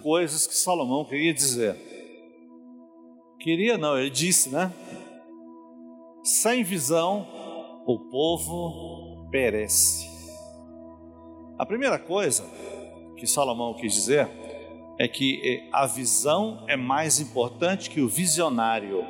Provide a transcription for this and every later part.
coisas que Salomão queria dizer. Queria não, ele disse, né? Sem visão, o povo perece. A primeira coisa que Salomão quis dizer é que a visão é mais importante que o visionário.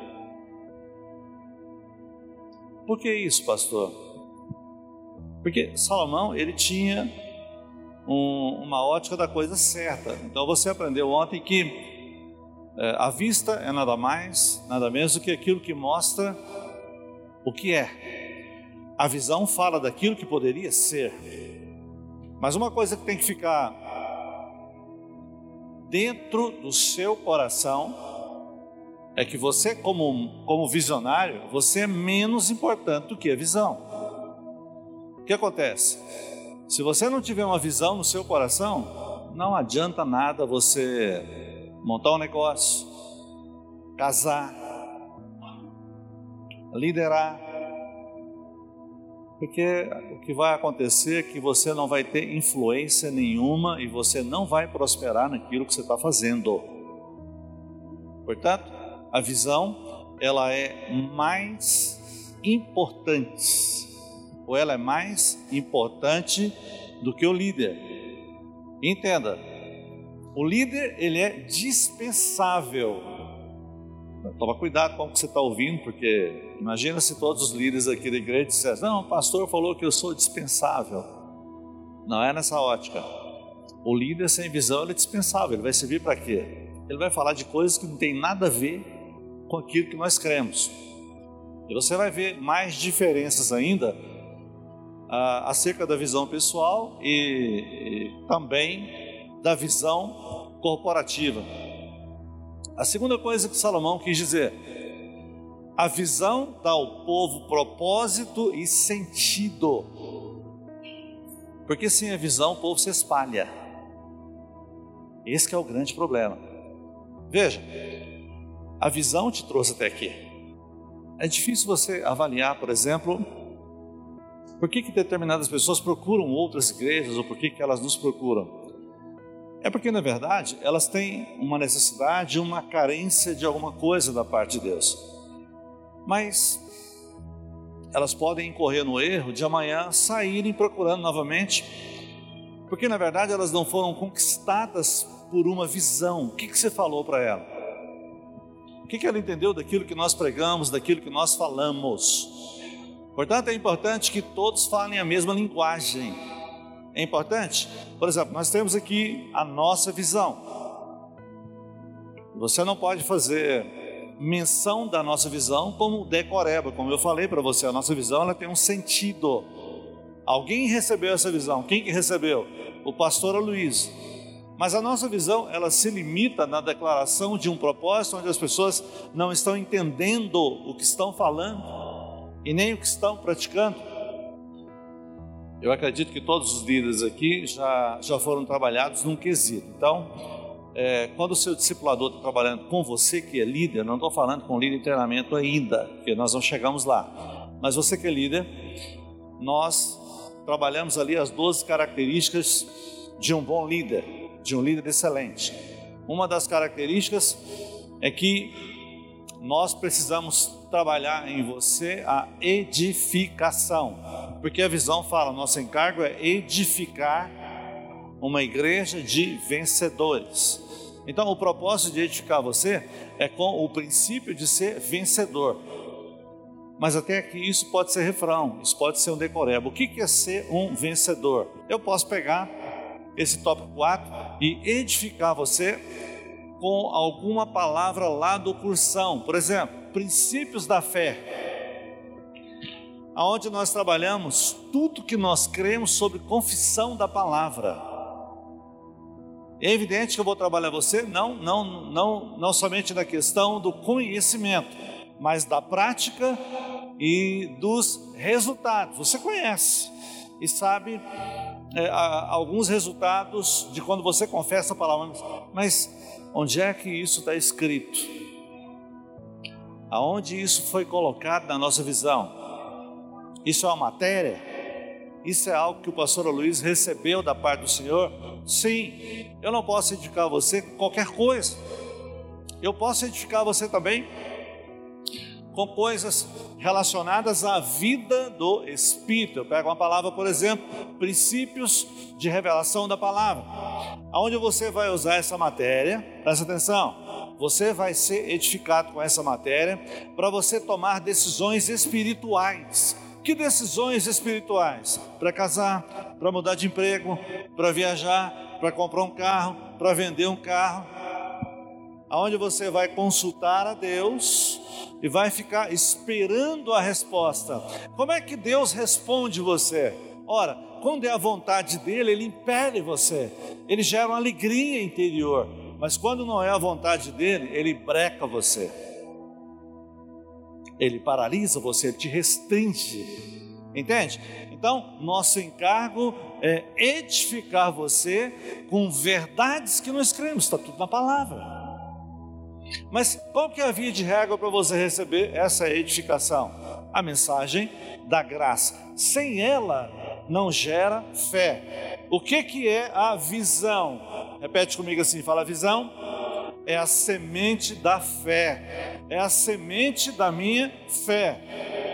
Por que isso, pastor? Porque Salomão, ele tinha uma ótica da coisa certa. Então você aprendeu ontem que a vista é nada mais, nada menos do que aquilo que mostra o que é. A visão fala daquilo que poderia ser. Mas uma coisa que tem que ficar dentro do seu coração é que você, como visionário, você é menos importante do que a visão. O que acontece? Se você não tiver uma visão no seu coração, não adianta nada você montar um negócio, casar, liderar, porque o que vai acontecer é que você não vai ter influência nenhuma e você não vai prosperar naquilo que você está fazendo. Portanto, a visão, ela é mais importante, ou ela é mais importante do que o líder. Entenda, o líder, ele é dispensável. Toma cuidado com o que você está ouvindo, porque imagina se todos os líderes aqui da igreja dissessem: não, o pastor falou que eu sou dispensável. Não é nessa ótica. O líder sem visão, ele é dispensável. Ele vai servir para quê? Ele vai falar de coisas que não tem nada a ver com aquilo que nós cremos. E você vai ver mais diferenças ainda acerca da visão pessoal e também da visão corporativa. A segunda coisa que Salomão quis dizer: a visão dá ao povo propósito e sentido, porque sem a visão o povo se espalha. Esse que é o grande problema. Veja, a visão te trouxe até aqui. É difícil você avaliar, por exemplo, por que determinadas pessoas procuram outras igrejas, ou por que elas nos procuram. É porque, na verdade, elas têm uma necessidade, uma carência de alguma coisa da parte de Deus. Mas elas podem incorrer no erro de amanhã saírem procurando novamente, porque, na verdade, elas não foram conquistadas por uma visão. O que você falou para ela? O que ela entendeu daquilo que nós pregamos, daquilo que nós falamos? Portanto, é importante que todos falem a mesma linguagem. É importante? Por exemplo, nós temos aqui a nossa visão. Você não pode fazer menção da nossa visão como decoreba. Como eu falei para você, a nossa visão, ela tem um sentido. Alguém recebeu essa visão. Quem que recebeu? O pastor Aloysio. Mas a nossa visão, ela se limita na declaração de um propósito onde as pessoas não estão entendendo o que estão falando e nem o que estão praticando. Eu acredito que todos os líderes aqui já foram trabalhados num quesito. Então, quando o seu discipulador está trabalhando com você que é líder, não estou falando com líder em treinamento ainda, porque nós não chegamos lá, mas você que é líder, nós trabalhamos ali as 12 características de um bom líder, de um líder excelente. Uma das características é que nós precisamos trabalhar em você a edificação, porque a visão fala, nosso encargo é edificar uma igreja de vencedores. Então o propósito de edificar você é com o princípio de ser vencedor. Mas até aqui isso pode ser refrão, isso pode ser um decoreba. O que é ser um vencedor? Eu posso pegar esse tópico 4 e edificar você com alguma palavra lá do cursão. Por exemplo, princípios da fé, aonde nós trabalhamos tudo que nós cremos sobre confissão da palavra. É evidente que eu vou trabalhar você não somente na questão do conhecimento, mas da prática e dos resultados. Você conhece e sabe alguns resultados de quando você confessa a palavra, mas onde é que isso está escrito? Aonde isso foi colocado na nossa visão? Isso é uma matéria? Isso é algo que o pastor Aloysio recebeu da parte do Senhor Sim, eu não posso edificar você com qualquer coisa. Eu posso edificar você também com coisas relacionadas à vida do Espírito. Eu pego uma palavra, por exemplo, princípios de revelação da palavra. Aonde você vai usar essa matéria, presta atenção, você vai ser edificado com essa matéria para você tomar decisões espirituais. Que decisões espirituais? Para casar, para mudar de emprego, para viajar, para comprar um carro, para vender um carro. Aonde você vai consultar a Deus e vai ficar esperando a resposta. Como é que Deus responde você? Ora, quando é a vontade dele, ele impele você, ele gera uma alegria interior. Mas quando não é a vontade dele, ele breca você, ele paralisa você, ele te restringe, entende? Então, nosso encargo é edificar você com verdades que nós cremos, está tudo na palavra. Mas qual que é a via de regra para você receber essa edificação? A mensagem da graça. Sem ela não gera fé. O que é a visão? Repete comigo assim, fala: visão é a semente da fé, é a semente da minha fé.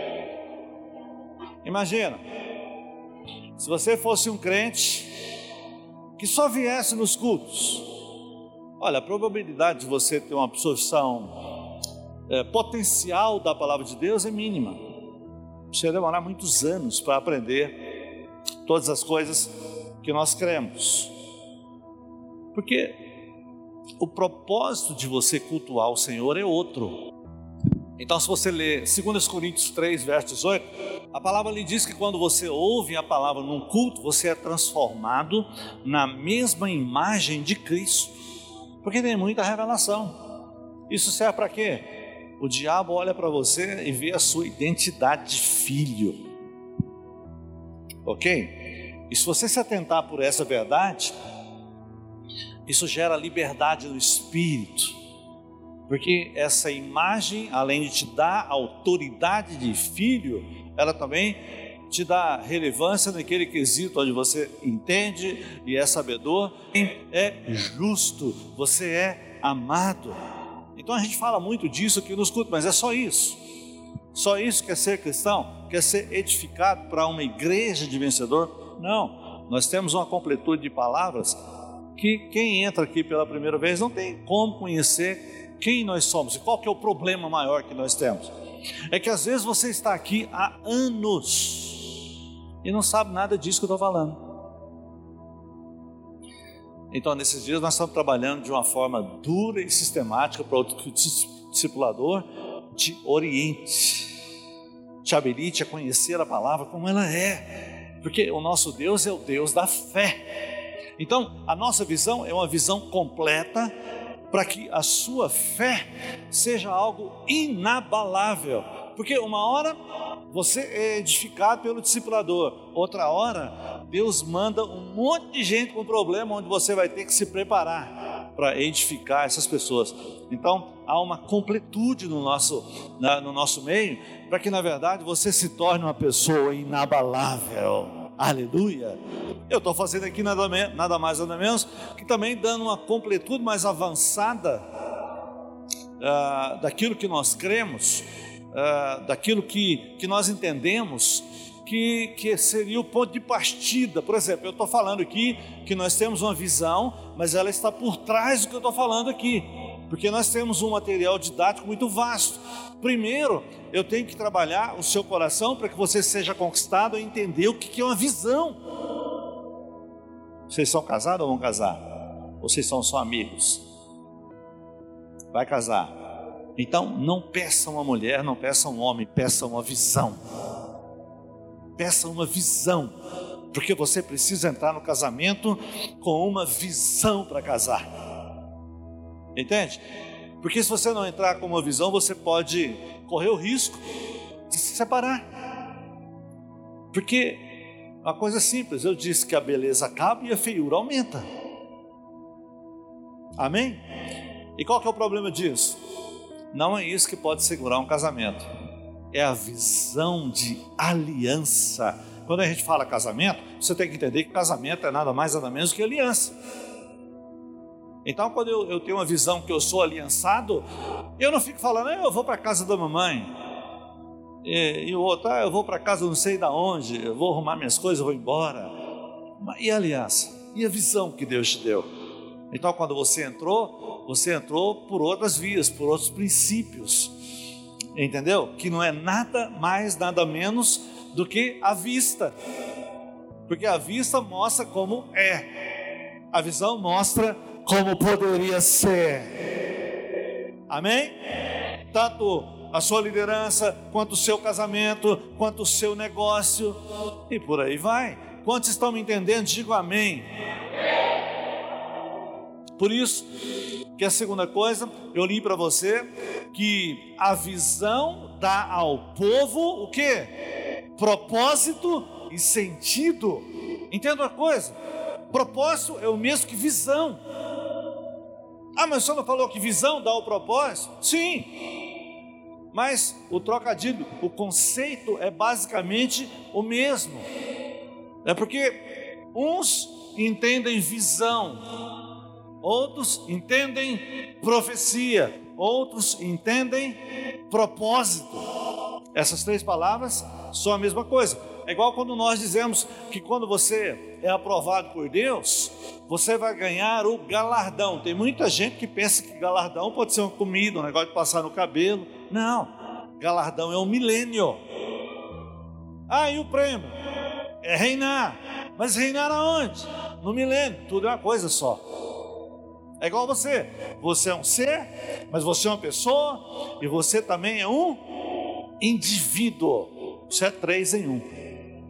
Imagina, se você fosse um crente que só viesse nos cultos, olha, a probabilidade de você ter uma absorção potencial da palavra de Deus é mínima. Você vai demorar muitos anos para aprender todas as coisas que nós cremos. Porque o propósito de você cultuar o Senhor é outro. Então, se você ler 2 Coríntios 3, verso 18, a palavra lhe diz que quando você ouve a palavra num culto, você é transformado na mesma imagem de Cristo. Porque tem muita revelação. Isso serve para quê? O diabo olha para você e vê a sua identidade de filho. Ok? E se você se atentar por essa verdade, isso gera liberdade no espírito. Porque essa imagem, além de te dar autoridade de filho, ela também te dá relevância naquele quesito onde você entende e é sabedor, é justo, você é amado. Então a gente fala muito disso aqui nos cultos, mas é só isso. Só isso que é ser cristão? Quer ser edificado para uma igreja de vencedor? Não, nós temos uma completude de palavras que quem entra aqui pela primeira vez não tem como conhecer quem nós somos e qual que é o problema maior que nós temos. É que às vezes você está aqui há anos e não sabe nada disso que eu estou falando. Então, nesses dias nós estamos trabalhando de uma forma dura e sistemática para que o discipulador te oriente, te habilite a conhecer a palavra como ela é, porque o nosso Deus é o Deus da fé. Então, a nossa visão é uma visão completa para que a sua fé seja algo inabalável. Porque uma hora você é edificado pelo discipulador, outra hora Deus manda um monte de gente com problema, onde você vai ter que se preparar para edificar essas pessoas. Então há uma completude no nosso meio, para que na verdade você se torne uma pessoa inabalável. Aleluia! Eu estou fazendo aqui nada mais nada menos que também dando uma completude mais avançada daquilo que nós cremos, daquilo que nós entendemos que seria o ponto de partida. Por exemplo, eu estou falando aqui que nós temos uma visão, mas ela está por trás do que eu estou falando aqui, porque nós temos um material didático muito vasto. Primeiro, eu tenho que trabalhar o seu coração para que você seja conquistado a entender o que é uma visão. Vocês são casados ou vão casar? Ou vocês são só amigos? Vai casar. Então, não peça uma mulher, não peça um homem, peça uma visão. Peça uma visão, porque você precisa entrar no casamento com uma visão para casar. Entende? Porque se você não entrar com uma visão, você pode correr o risco de se separar. Porque uma coisa simples, eu disse que a beleza acaba e a feiura aumenta. Amém? E qual que é o problema disso? Não é isso que pode segurar um casamento. É a visão de aliança Quando a gente fala casamento, você tem que entender que casamento é nada mais nada menos que aliança. Então, quando eu tenho uma visão que eu sou aliançado, eu não fico falando, eu vou para a casa da mamãe, e o outro, eu vou para casa não sei da onde, eu vou arrumar minhas coisas, eu vou embora. E a aliança? E a visão que Deus te deu? Então, quando você entrou por outras vias, por outros princípios, entendeu? Que não é nada mais, nada menos do que a vista, porque a vista mostra como é, a visão mostra como poderia ser. Amém? Tanto a sua liderança, quanto o seu casamento, quanto o seu negócio, e por aí vai. Quantos estão me entendendo? Digam amém. Por isso, que a segunda coisa, eu li para você, que a visão dá ao povo o quê? Propósito e sentido. Entenda uma coisa, propósito é o mesmo que visão. Mas o senhor não falou que visão dá o propósito? Sim, mas o trocadilho, o conceito é basicamente o mesmo. É porque uns entendem visão, outros entendem profecia, outros entendem propósito. Essas três palavras são a mesma coisa. É igual quando nós dizemos que quando você é aprovado por Deus, você vai ganhar o galardão. Tem muita gente que pensa que galardão pode ser uma comida, um negócio de passar no cabelo. Não, galardão é um milênio. E o prêmio? É reinar. Mas reinar aonde? No milênio. Tudo é uma coisa só. É igual você é um ser, mas você é uma pessoa, e você também é um indivíduo. Isso é 3 em 1.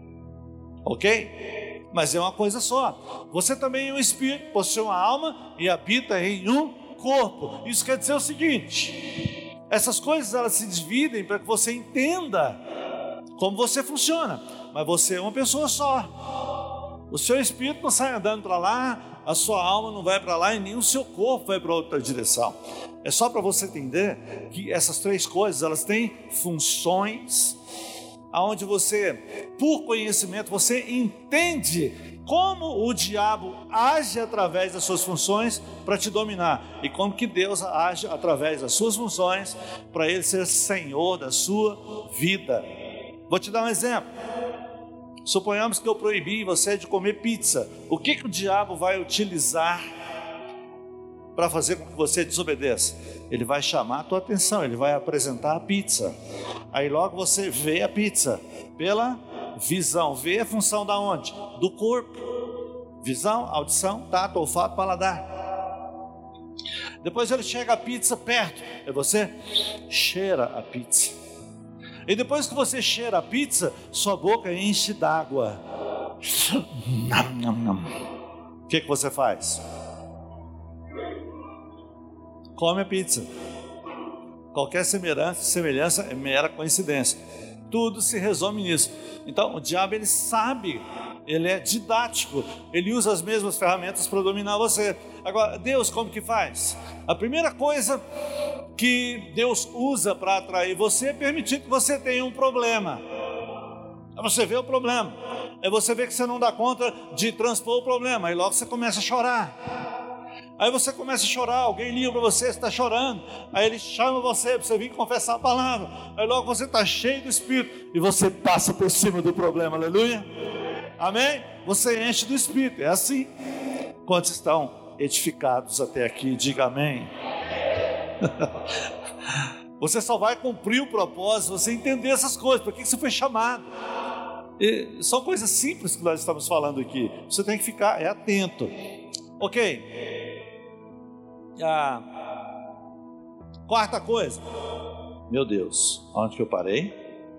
Ok? Mas é uma coisa só. Você também é um espírito, possui uma alma e habita em um corpo. Isso quer dizer o seguinte: essas coisas elas se dividem para que você entenda como você funciona. Mas você é uma pessoa só. O seu espírito não sai andando para lá, a sua alma não vai para lá e nem o seu corpo vai para outra direção. É só para você entender que essas três coisas elas têm funções, aonde você, por conhecimento, você entende como o diabo age através das suas funções para te dominar, e como que Deus age através das suas funções para Ele ser Senhor da sua vida. Vou te dar um exemplo. Suponhamos que eu proibi você de comer pizza. O que o diabo vai utilizar para fazer com que você desobedeça? Ele vai chamar a tua atenção, ele vai apresentar a pizza. Aí logo você vê a pizza pela visão. Vê a função da onde? Do corpo. Visão, audição, tato, olfato, paladar. Depois ele chega a pizza perto, e você cheira a pizza. E depois que você cheira a pizza, sua boca enche d'água. O que você faz? Come a pizza. Qualquer semelhança é mera coincidência. Tudo se resume nisso. Então o diabo ele sabe, ele é didático, ele usa as mesmas ferramentas para dominar você. Agora, Deus como que faz? A primeira coisa que Deus usa para atrair você é permitir que você tenha um problema. Aí você vê o problema, aí você vê que você não dá conta de transpor o problema, aí logo você começa a chorar. Aí você começa a chorar, alguém liga para você está chorando, aí ele chama você para você vir confessar a palavra, aí logo você está cheio do Espírito e você passa por cima do problema, aleluia, amém? Você enche do Espírito, é assim. Quantos estão edificados até aqui? Diga amém. Você só vai cumprir o propósito você entender essas coisas, para que você foi chamado. E são coisas simples que nós estamos falando aqui, você tem que ficar atento. Ok, a quarta coisa, meu Deus, onde que eu parei?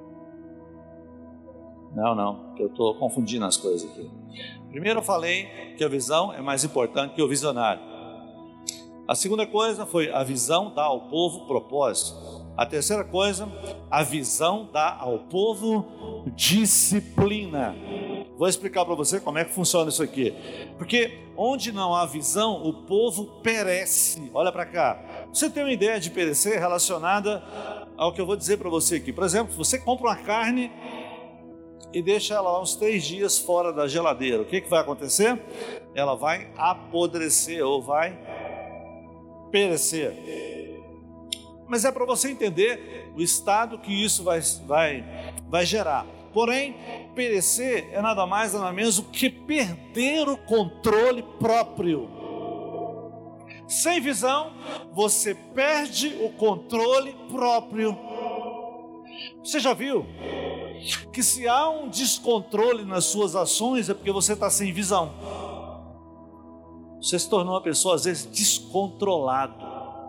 Não, eu estou confundindo as coisas aqui. Primeiro eu falei que a visão é mais importante que o visionário. A segunda coisa foi a visão dá ao povo propósito. A terceira coisa, a visão dá ao povo disciplina. Vou explicar para você como é que funciona isso aqui. Porque onde não há visão, o povo perece. Olha para cá. Você tem uma ideia de perecer relacionada ao que eu vou dizer para você aqui. Por exemplo, se você compra uma carne e deixa ela lá uns 3 dias fora da geladeira, o que vai acontecer? Ela vai apodrecer ou vai perecer. Mas é para você entender o estado que isso vai gerar. Porém, perecer é nada mais nada menos do que perder o controle próprio. Sem visão, você perde o controle próprio. Você já viu que se há um descontrole nas suas ações é porque você está sem visão. Você se tornou uma pessoa às vezes descontrolado,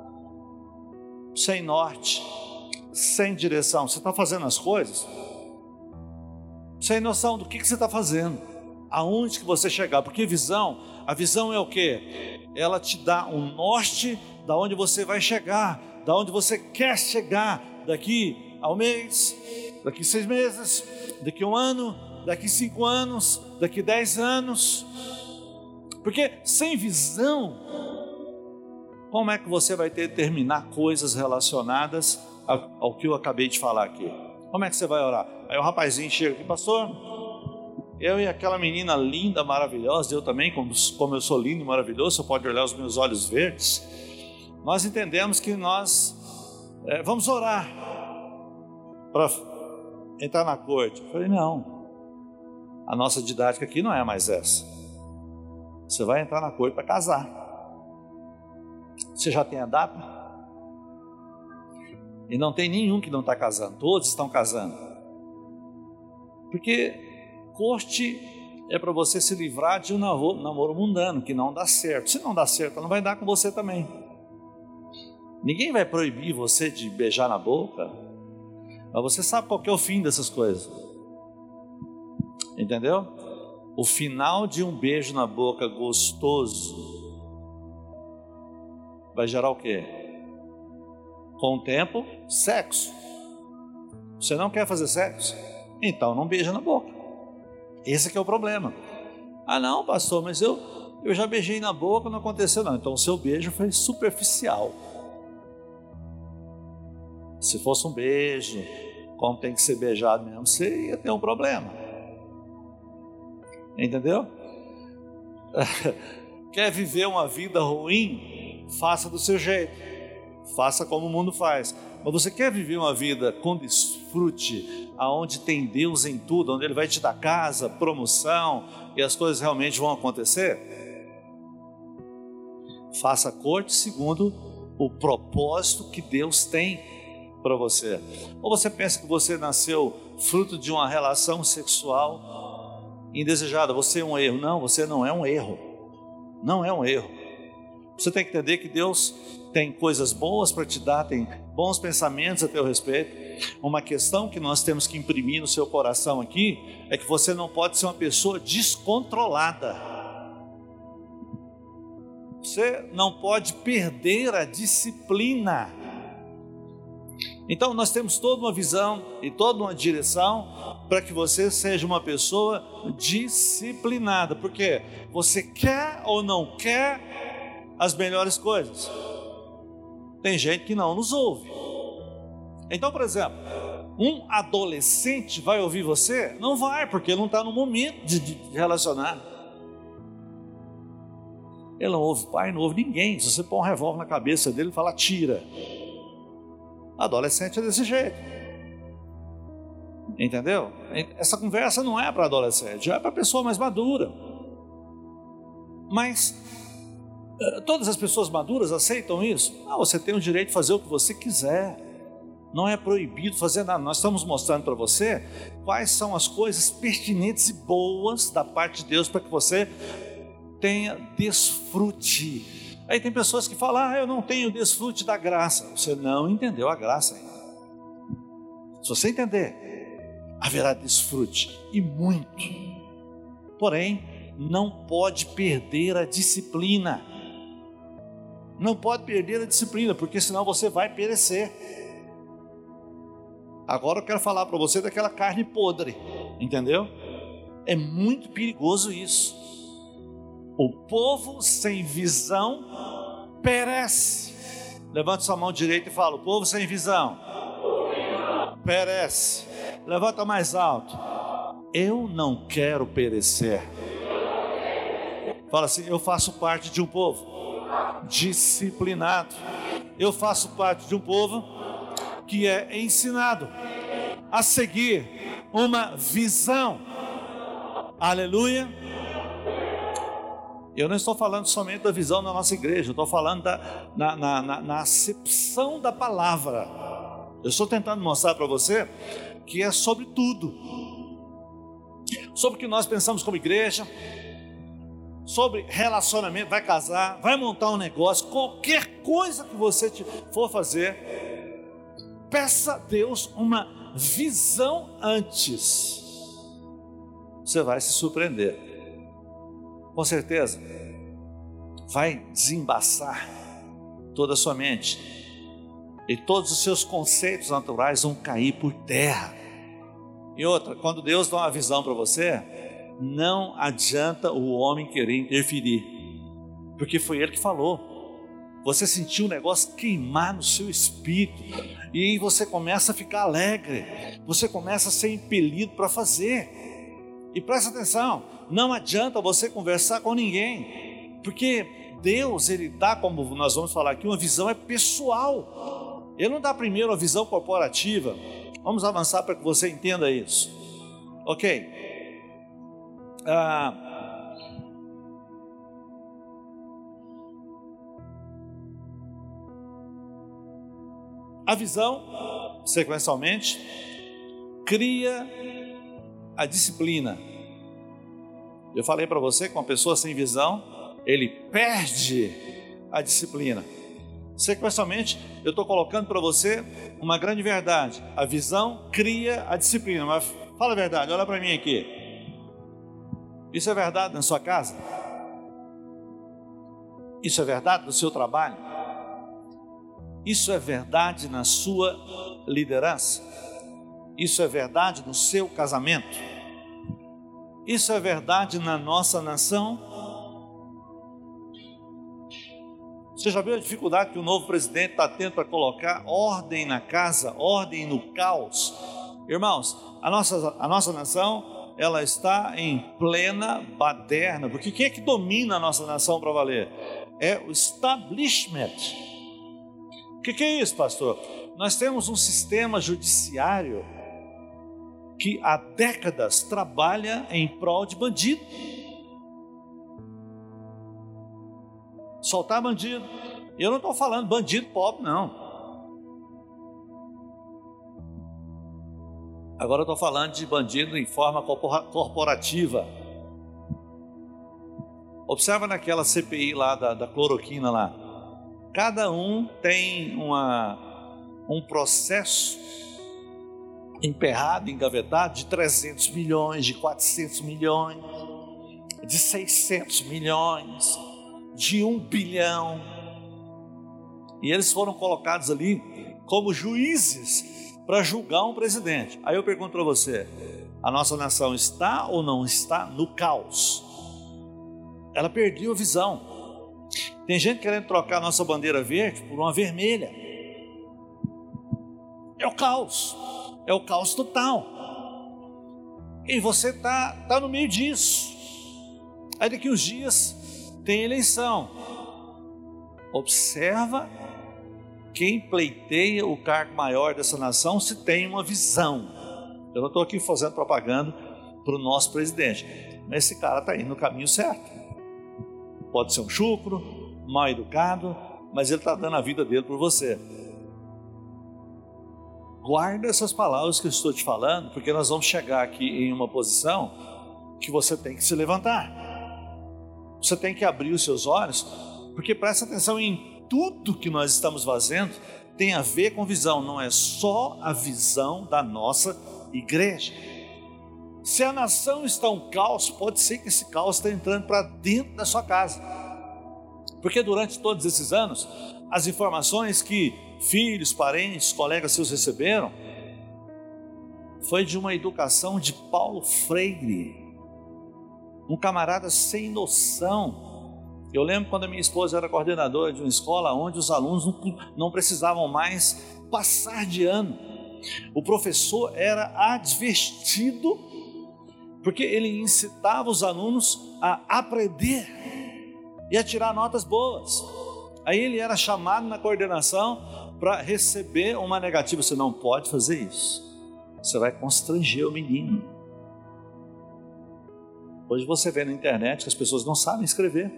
sem norte, sem direção. Você está fazendo as coisas sem noção do que você está fazendo, aonde que você chegar, porque a visão é o quê? Ela te dá um norte da onde você vai chegar, da onde você quer chegar, daqui ao mês, daqui 6 meses, daqui 1 ano, daqui 5 anos, daqui 10 anos, porque sem visão, como é que você vai terminar coisas relacionadas ao que eu acabei de falar aqui? Como é que você vai orar? Aí o rapazinho chega aqui, pastor, eu e aquela menina linda, maravilhosa, eu também, como eu sou lindo e maravilhoso, você pode olhar os meus olhos verdes, nós entendemos que nós vamos orar para entrar na corte. Eu falei, não, a nossa didática aqui não é mais essa. Você vai entrar na corte para casar. Você já tem a data? E não tem nenhum que não está casando, todos estão casando. Porque corte é para você se livrar de um namoro mundano, que não dá certo. Se não dá certo, não vai dar com você também. Ninguém vai proibir você de beijar na boca, mas você sabe qual que é o fim dessas coisas. Entendeu? O final de um beijo na boca gostoso vai gerar o quê? Com o tempo, sexo. Você não quer fazer sexo? Então não beija na boca. Esse que é o problema. Ah não, pastor, mas eu já beijei na boca, não aconteceu não. Então o seu beijo foi superficial. Se fosse um beijo, como tem que ser beijado mesmo, você ia ter um problema. Entendeu? Quer viver uma vida ruim? Faça do seu jeito. Faça como o mundo faz. Mas você quer viver uma vida com desfrute, aonde tem Deus em tudo, onde Ele vai te dar casa, promoção, e as coisas realmente vão acontecer? Faça a corte segundo o propósito que Deus tem para você. Ou você pensa que você nasceu fruto de uma relação sexual indesejada, você é um erro? Não, você não é um erro. Não é um erro. Você tem que entender que Deus tem coisas boas para te dar, tem bons pensamentos a teu respeito. Uma questão que nós temos que imprimir no seu coração aqui é que você não pode ser uma pessoa descontrolada. Você não pode perder a disciplina. Então nós temos toda uma visão e toda uma direção para que você seja uma pessoa disciplinada, porque você quer ou não quer as melhores coisas. Tem gente que não nos ouve. Então, por exemplo, um adolescente vai ouvir você? Não vai, porque ele não está no momento de relacionar. Ele não ouve pai, não ouve ninguém. Se você pôr um revólver na cabeça dele e falar tira, adolescente é desse jeito. Entendeu? Essa conversa não é para adolescente, é para pessoa mais madura. Mas todas as pessoas maduras aceitam isso? Não, você tem o direito de fazer o que você quiser. Não é proibido fazer nada. Nós estamos mostrando para você quais são as coisas pertinentes e boas da parte de Deus para que você tenha desfrute. Aí tem pessoas que falam, eu não tenho desfrute da graça. Você não entendeu a graça ainda. Se você entender, haverá desfrute, e muito. Porém, não pode perder a disciplina. Não pode perder a disciplina, porque senão você vai perecer. Agora eu quero falar para você daquela carne podre, entendeu? É muito perigoso isso. O povo sem visão perece. Levanta sua mão direita e fala, o povo sem visão perece. Levanta mais alto. eu não quero perecer. Fala assim: eu faço parte de um povo disciplinado. Eu faço parte de um povo que é ensinado a seguir uma visão. Aleluia. Eu não estou falando somente da visão da nossa igreja, eu estou falando na acepção da palavra. Eu estou tentando mostrar para você que é sobre tudo, sobre o que nós pensamos como igreja, sobre relacionamento, vai casar, vai montar um negócio, qualquer coisa que você for fazer, peça a Deus uma visão antes. Você vai se surpreender, com certeza, vai desembaçar toda a sua mente, e todos os seus conceitos naturais vão cair por terra. E outra, quando Deus dá uma visão para você, não adianta o homem querer interferir, porque foi Ele que falou. Você sentiu o negócio queimar no seu espírito, e aí você começa a ficar alegre, você começa a ser impelido para fazer. E presta atenção, não adianta você conversar com ninguém, porque Deus, Ele dá, como nós vamos falar aqui, uma visão pessoal. Ele não dá primeiro a visão corporativa. Vamos avançar para que você entenda isso. Ok. A visão, sequencialmente, cria a disciplina. Eu falei para você que uma pessoa sem visão, ele perde a disciplina. Sequencialmente, eu estou colocando para você uma grande verdade: a visão cria a disciplina. Mas fala a verdade, olha para mim aqui. Isso é verdade na sua casa? Isso é verdade no seu trabalho? Isso é verdade na sua liderança? Isso é verdade no seu casamento? Isso é verdade na nossa nação? Você já viu a dificuldade que o novo presidente está tendo para colocar ordem na casa, ordem no caos? Irmãos, a nossa nação, ela está em plena baderna, porque quem é que domina a nossa nação para valer? É o establishment. O que é isso, pastor? Nós temos um sistema judiciário que há décadas trabalha em prol de bandido. Soltar bandido. Eu não estou falando bandido pobre, não. Agora eu estou falando de bandido em forma corporativa. Observa naquela CPI lá da cloroquina lá. Cada um tem um processo emperrado, engavetado, de 300 milhões, de 400 milhões, de 600 milhões, de 1 bilhão, e eles foram colocados ali como juízes para julgar um presidente. Aí eu pergunto para você: a nossa nação está ou não está no caos? Ela perdeu a visão. Tem gente querendo trocar a nossa bandeira verde por uma vermelha. É o caos total, e você está no meio disso. Aí daqui uns dias tem eleição. Observa quem pleiteia o cargo maior dessa nação, se tem uma visão. Eu não estou aqui fazendo propaganda para o nosso presidente, mas esse cara está indo no caminho certo. Pode ser um chucro, mal educado, mas ele está dando a vida dele por você. Guarda essas palavras que eu estou te falando, porque nós vamos chegar aqui em uma posição que você tem que se levantar. Você tem que abrir os seus olhos, porque presta atenção, em tudo que nós estamos fazendo tem a ver com visão, não é só a visão da nossa igreja. Se a nação está um caos, pode ser que esse caos está entrando para dentro da sua casa, porque durante todos esses anos, as informações que filhos, parentes, colegas seus receberam, foi de uma educação de Paulo Freire, um camarada sem noção. Eu lembro quando a minha esposa era coordenadora de uma escola onde os alunos não precisavam mais passar de ano. O professor era advertido porque ele incitava os alunos a aprender e a tirar notas boas. Aí ele era chamado na coordenação para receber uma negativa. Você não pode fazer isso, você vai constranger o menino. Hoje você vê na internet que as pessoas não sabem escrever.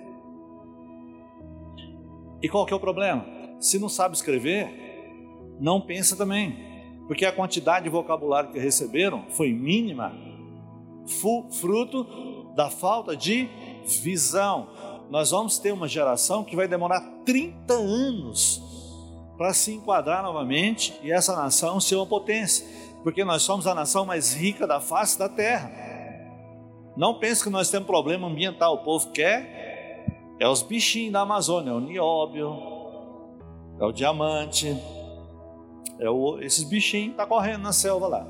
E qual que é o problema? Se não sabe escrever, não pensa também, porque a quantidade de vocabulário que receberam foi mínima, fruto da falta de visão. Nós vamos ter uma geração que vai demorar 30 anos para se enquadrar novamente e essa nação ser uma potência, porque nós somos a nação mais rica da face da terra. Não pense que nós temos problema ambiental. O povo quer os bichinhos da Amazônia, é o nióbio, é o diamante, esses bichinhos que estão correndo na selva lá.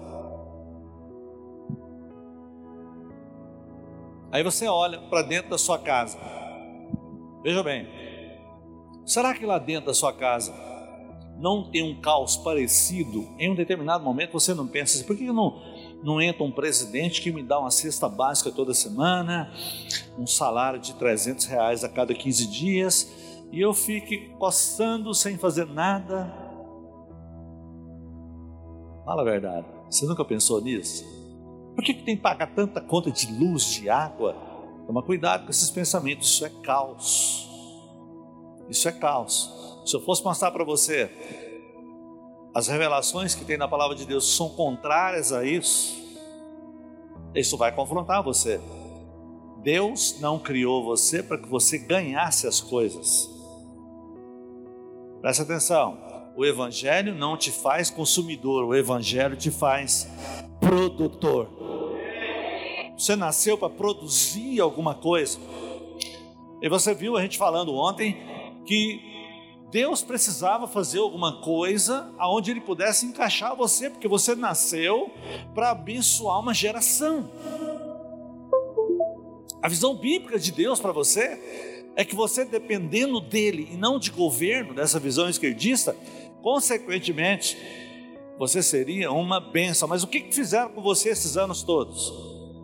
Aí você olha para dentro da sua casa. Veja bem, será que lá dentro da sua casa não tem um caos parecido? Em um determinado momento você não pensa assim: por que não entra um presidente que me dá uma cesta básica toda semana, um salário de R$300 a cada 15 dias, e eu fique coçando sem fazer nada? Fala a verdade, você nunca pensou nisso? Por que tem que pagar tanta conta de luz, de água? Toma cuidado com esses pensamentos, isso é caos. Isso é caos. Se eu fosse mostrar para você as revelações que tem na palavra de Deus são contrárias a isso vai confrontar você. Deus não criou você para que você ganhasse as coisas. Presta atenção, o Evangelho não te faz consumidor, o Evangelho te faz produtor. Você nasceu para produzir alguma coisa. E você viu a gente falando ontem que Deus precisava fazer alguma coisa aonde Ele pudesse encaixar você, porque você nasceu para abençoar uma geração. A visão bíblica de Deus para você é que você, dependendo dEle e não de governo, dessa visão esquerdista, consequentemente, você seria uma bênção. Mas o que fizeram com você esses anos todos?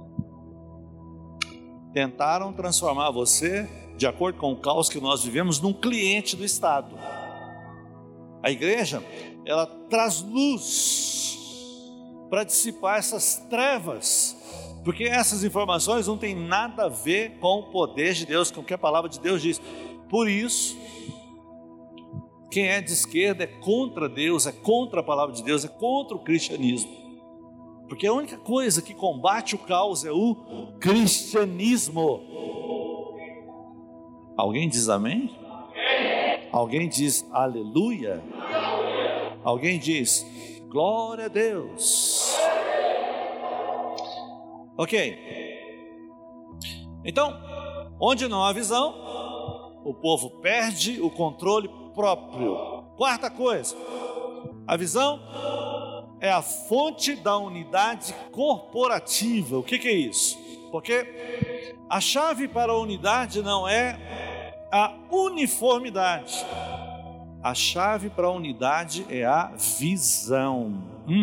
Tentaram transformar você, de acordo com o caos que nós vivemos, num cliente do Estado. A igreja, ela traz luz para dissipar essas trevas, porque essas informações não têm nada a ver com o poder de Deus, com o que a palavra de Deus diz. Por isso, quem é de esquerda é contra Deus, é contra a palavra de Deus, é contra o cristianismo, porque a única coisa que combate o caos é o cristianismo. Alguém diz amém? Alguém diz aleluia? Alguém diz glória a Deus? Ok. Então, onde não há visão, o povo perde o controle próprio. Quarta coisa, a visão é a fonte da unidade corporativa. O que é isso? Porque a chave para a unidade não é a uniformidade. A chave para a unidade é a visão.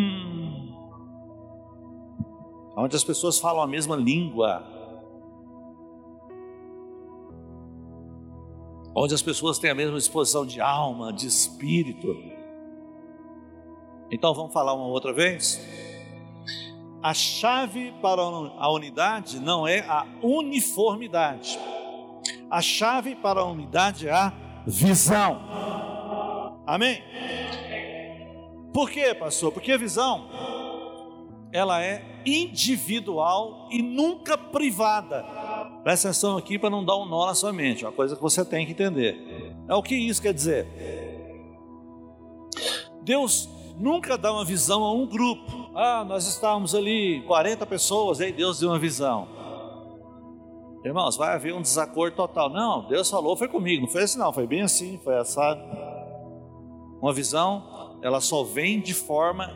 Onde as pessoas falam a mesma língua, onde as pessoas têm a mesma disposição de alma, de espírito. Então vamos falar uma outra vez? A chave para a unidade não é a uniformidade. A chave para a unidade é a visão. Amém? Por quê, pastor? Porque a visão, ela é individual e nunca privada. Presta atenção aqui para não dar um nó na sua mente, uma coisa que você tem que entender. O que isso quer dizer? Deus nunca dá uma visão a um grupo. Nós estávamos ali 40 pessoas, aí Deus deu uma visão. Irmãos, vai haver um desacordo total. Não, Deus falou, foi comigo, não foi assim não, foi bem assim, foi assado. Uma visão, ela só vem de forma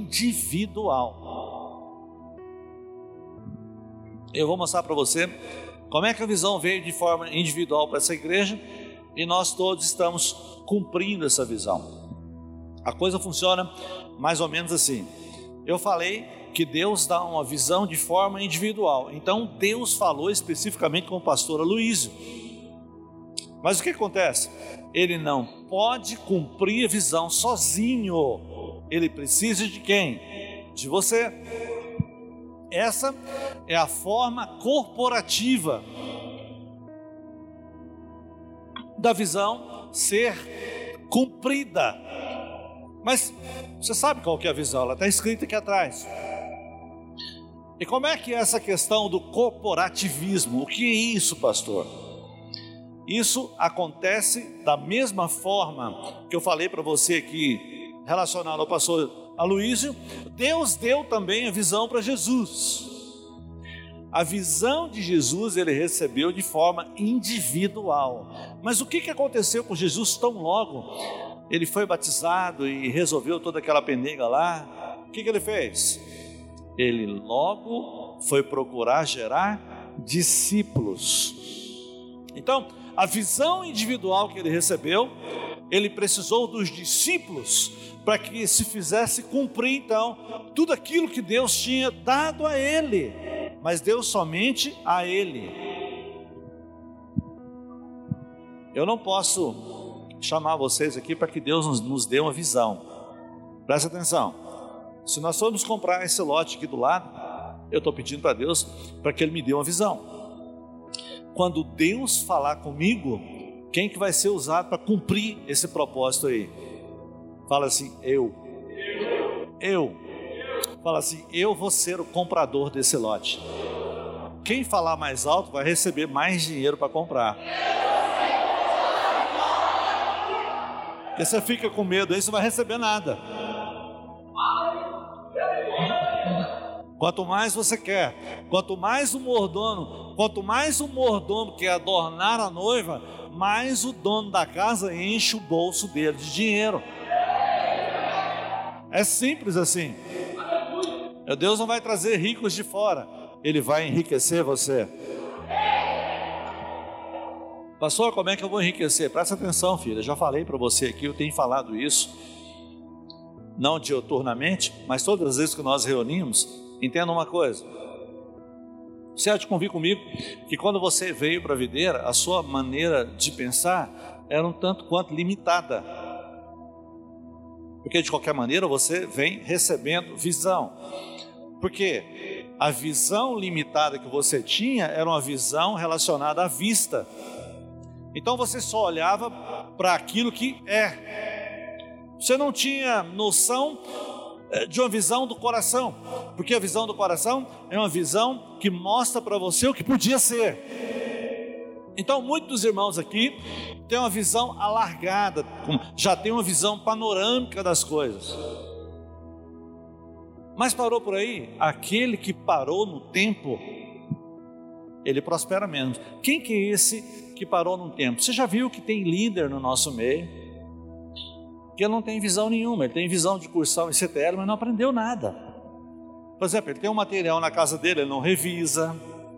individual. Eu vou mostrar para você como é que a visão veio de forma individual para essa igreja, e nós todos estamos cumprindo essa visão. A coisa funciona mais ou menos assim. Eu falei que Deus dá uma visão de forma individual. Então Deus falou especificamente com o pastor Aloísio. Mas o que acontece? Ele não pode cumprir a visão sozinho. Ele precisa de quem? De você. Essa é a forma corporativa da visão ser cumprida. Mas você sabe qual que é a visão? Ela está escrita aqui atrás. E como é que é essa questão do corporativismo? O que é isso, pastor? Isso acontece da mesma forma que eu falei para você aqui, relacionado ao pastor Aloísio. Deus deu também a visão para Jesus. A visão de Jesus ele recebeu de forma individual. Mas o que aconteceu com Jesus tão logo? Ele foi batizado e resolveu toda aquela pendenga lá. O que ele fez? Ele logo foi procurar gerar discípulos. Então, a visão individual que ele recebeu, ele precisou dos discípulos para que se fizesse cumprir então tudo aquilo que Deus tinha dado a ele, mas deu somente a ele. Eu não posso chamar vocês aqui para que Deus nos dê uma visão. Presta atenção. Se nós formos comprar esse lote aqui do lado, eu estou pedindo para Deus para que Ele me dê uma visão. Quando Deus falar comigo, quem que vai ser usado para cumprir esse propósito aí? Fala assim, eu. Fala assim, eu vou ser o comprador desse lote. Quem falar mais alto vai receber mais dinheiro para comprar. Porque você fica com medo aí, você não vai receber nada. Quanto mais você quer, quanto mais o mordomo quer adornar a noiva, mais o dono da casa enche o bolso dele de dinheiro. É simples assim. Deus não vai trazer ricos de fora, Ele vai enriquecer você. Pastor, como é que eu vou enriquecer? Presta atenção, filha, eu já falei para você aqui, eu tenho falado isso, não dioturnamente, mas todas as vezes que nós reunimos. Entenda uma coisa, você há de convir comigo que quando você veio para a videira, a sua maneira de pensar era um tanto quanto limitada, porque de qualquer maneira você vem recebendo visão, porque a visão limitada que você tinha era uma visão relacionada à vista, então você só olhava para aquilo que você não tinha noção de uma visão do coração, porque a visão do coração é uma visão que mostra para você o que podia ser. Então muitos dos irmãos aqui têm uma visão alargada, já tem uma visão panorâmica das coisas, mas parou por aí. Aquele que parou no tempo, ele prospera menos. Quem que é esse que parou no tempo? Você já viu que tem líder no nosso meio que ele não tem visão nenhuma, ele tem visão de cursar o CTL, mas não aprendeu nada. Por exemplo, ele tem um material na casa dele, ele não revisa.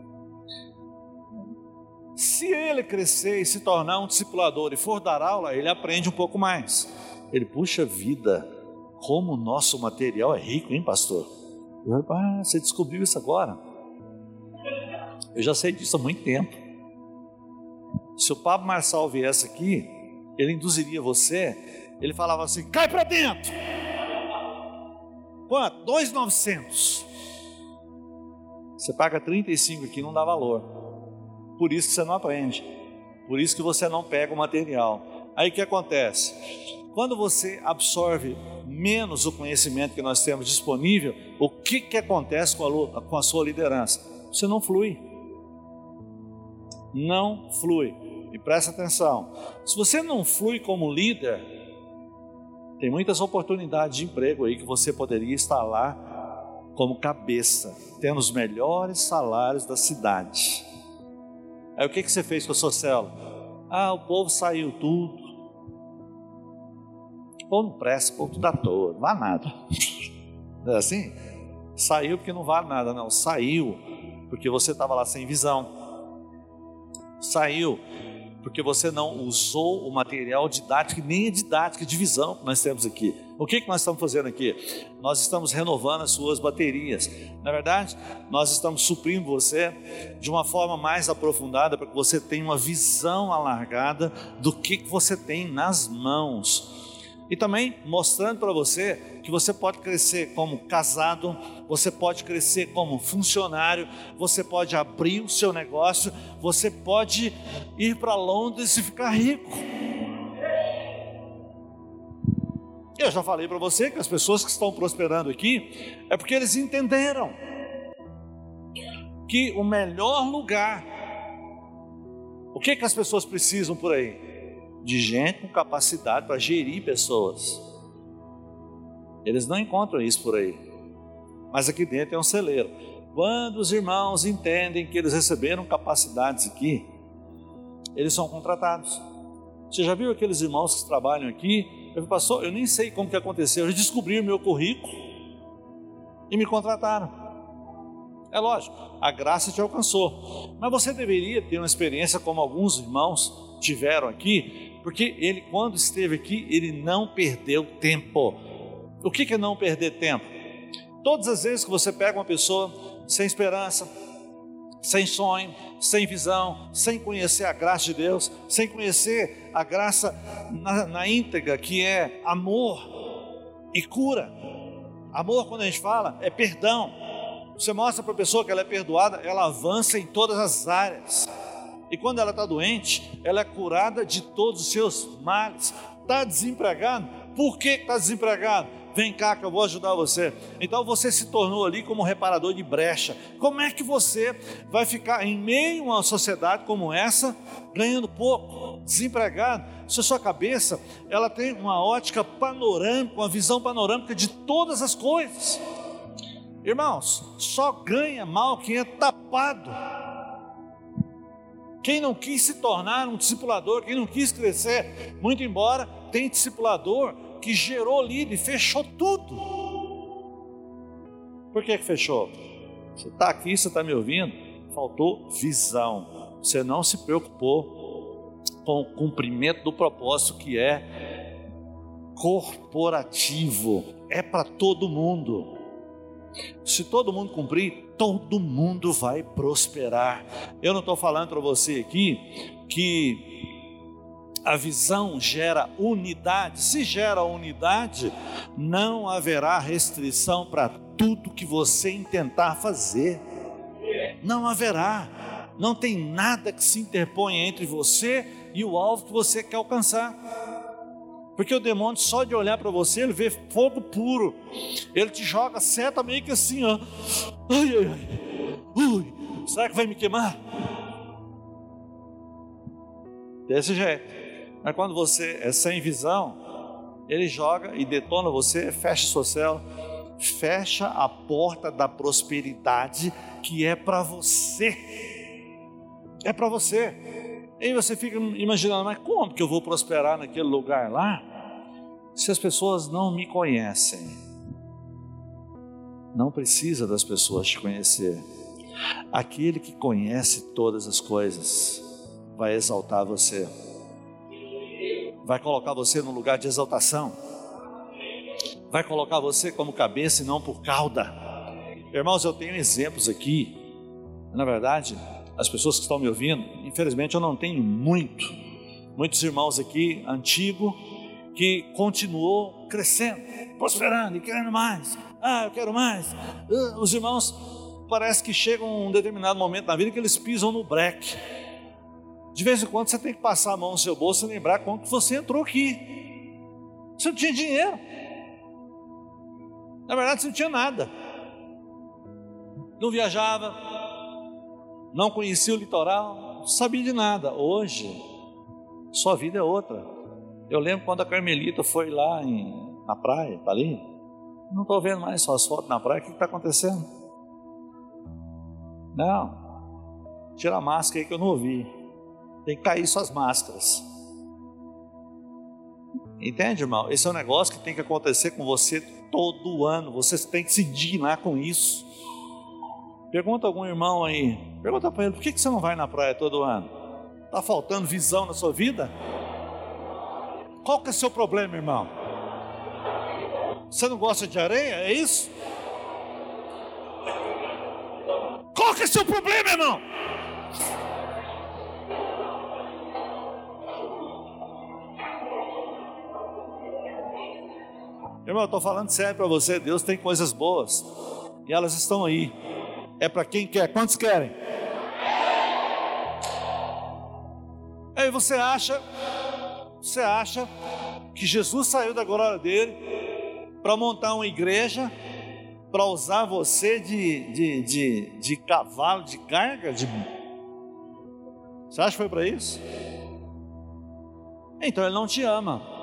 Se ele crescer e se tornar um discipulador e for dar aula, ele aprende um pouco mais. Ele, puxa vida, como o nosso material é rico, hein, pastor? Você descobriu isso agora? Eu já sei disso há muito tempo. Se o Pablo Marçal viesse aqui, ele induziria você. Ele falava assim, cai para dentro. Quanto? 2.900. Você paga 35 aqui, não dá valor. Por isso que você não aprende. Por isso que você não pega o material. Aí o que acontece? Quando você absorve menos o conhecimento que nós temos disponível, o que acontece com a sua liderança? Você não flui. Não flui. E presta atenção, se você não flui como líder, tem muitas oportunidades de emprego aí que você poderia estar lá como cabeça, tendo os melhores salários da cidade. Aí o que você fez com a sua célula? O povo saiu tudo. O povo não presta, o povo tudo à toa, não vale nada. Não é assim? Saiu porque não vale nada, não. Saiu porque você estava lá sem visão. Saiu porque você não usou o material didático, nem a didática de visão que nós temos aqui. O que nós estamos fazendo aqui? Nós estamos renovando as suas baterias. Na verdade, nós estamos suprindo você de uma forma mais aprofundada para que você tenha uma visão alargada do que você tem nas mãos. E também mostrando para você que você pode crescer como casado, você pode crescer como funcionário, você pode abrir o seu negócio, você pode ir para Londres e ficar rico. Eu já falei para você que as pessoas que estão prosperando aqui é porque eles entenderam que o melhor lugar, o que as pessoas precisam por aí? De gente com capacidade para gerir pessoas. Eles não encontram isso por aí, mas aqui dentro é um celeiro. Quando os irmãos entendem que eles receberam capacidades aqui, eles são contratados. Você já viu aqueles irmãos que trabalham aqui? Pastor, eu nem sei como que aconteceu, eles descobriram meu currículo e me contrataram. É lógico, a graça te alcançou, mas você deveria ter uma experiência como alguns irmãos tiveram aqui, porque ele, quando esteve aqui, ele não perdeu tempo. O que é não perder tempo? Todas as vezes que você pega uma pessoa sem esperança, sem sonho, sem visão, sem conhecer a graça de Deus, sem conhecer a graça na íntegra, que é amor e cura. Amor, quando a gente fala, é perdão. Você mostra para a pessoa que ela é perdoada, ela avança em todas as áreas. E quando ela está doente, ela é curada de todos os seus males. Está desempregado? Por que está desempregado? Vem cá que eu vou ajudar você. Então você se tornou ali como reparador de brecha. Como é que você vai ficar em meio a uma sociedade como essa, ganhando pouco, desempregado? Se a sua cabeça, ela tem uma ótica panorâmica, uma visão panorâmica de todas as coisas. Irmãos, só ganha mal quem é tapado. Quem não quis se tornar um discipulador, quem não quis crescer, muito embora tem discipulador que gerou líder, fechou tudo. Por que fechou? Você está aqui, você está me ouvindo, faltou visão. Você não se preocupou com o cumprimento do propósito, que é corporativo, é para todo mundo. Se todo mundo cumprir, todo mundo vai prosperar. Eu não estou falando para você aqui que a visão gera unidade. Se gera unidade, não haverá restrição para tudo que você intentar fazer. Não haverá. Não tem nada que se interponha entre você e o alvo que você quer alcançar. Porque o demônio, só de olhar para você, ele vê fogo puro. Ele te joga seta meio que assim, ó. Ai, ai, ai. Ui, será que vai me queimar? Desse jeito. Mas quando você é sem visão, ele joga e detona você, fecha sua célula, fecha a porta da prosperidade que é para você. É para você. E aí você fica imaginando, mas como que eu vou prosperar naquele lugar lá, se as pessoas não me conhecem? Não precisa das pessoas te conhecer. Aquele que conhece todas as coisas vai exaltar você, vai colocar você no lugar de exaltação, vai colocar você como cabeça e não por cauda. Irmãos, eu tenho exemplos aqui. Na verdade, as pessoas que estão me ouvindo, infelizmente eu não tenho muitos irmãos aqui, antigo, que continuou crescendo, prosperando e querendo mais. Eu quero mais. Os irmãos parece que chegam a um determinado momento na vida que eles pisam no breque. De vez em quando você tem que passar a mão no seu bolso e lembrar como que você entrou aqui. Você não tinha dinheiro. Na verdade você não tinha nada. Não viajava, não conhecia o litoral, não sabia de nada. Hoje, sua vida é outra. Eu lembro quando a Carmelita foi lá na praia, tá ali. Não estou vendo mais só as fotos na praia. O que está acontecendo? Não, tira a máscara aí que eu não ouvi. Tem que cair suas máscaras. Entende, irmão? Esse é um negócio que tem que acontecer com você todo ano. Você tem que se indignar com isso. Pergunta a algum irmão aí, pergunta para ele, por que você não vai na praia todo ano? Está faltando visão na sua vida? Qual que é o seu problema, irmão? Você não gosta de areia? É isso? Qual que é o seu problema, irmão? Irmão, eu estou falando sério para você. Deus tem coisas boas e elas estão aí. É para quem quer. Quantos querem? Aí você acha que Jesus saiu da glória dele para montar uma igreja, para usar você de cavalo, de carga? Você acha que foi para isso? Então ele não te ama.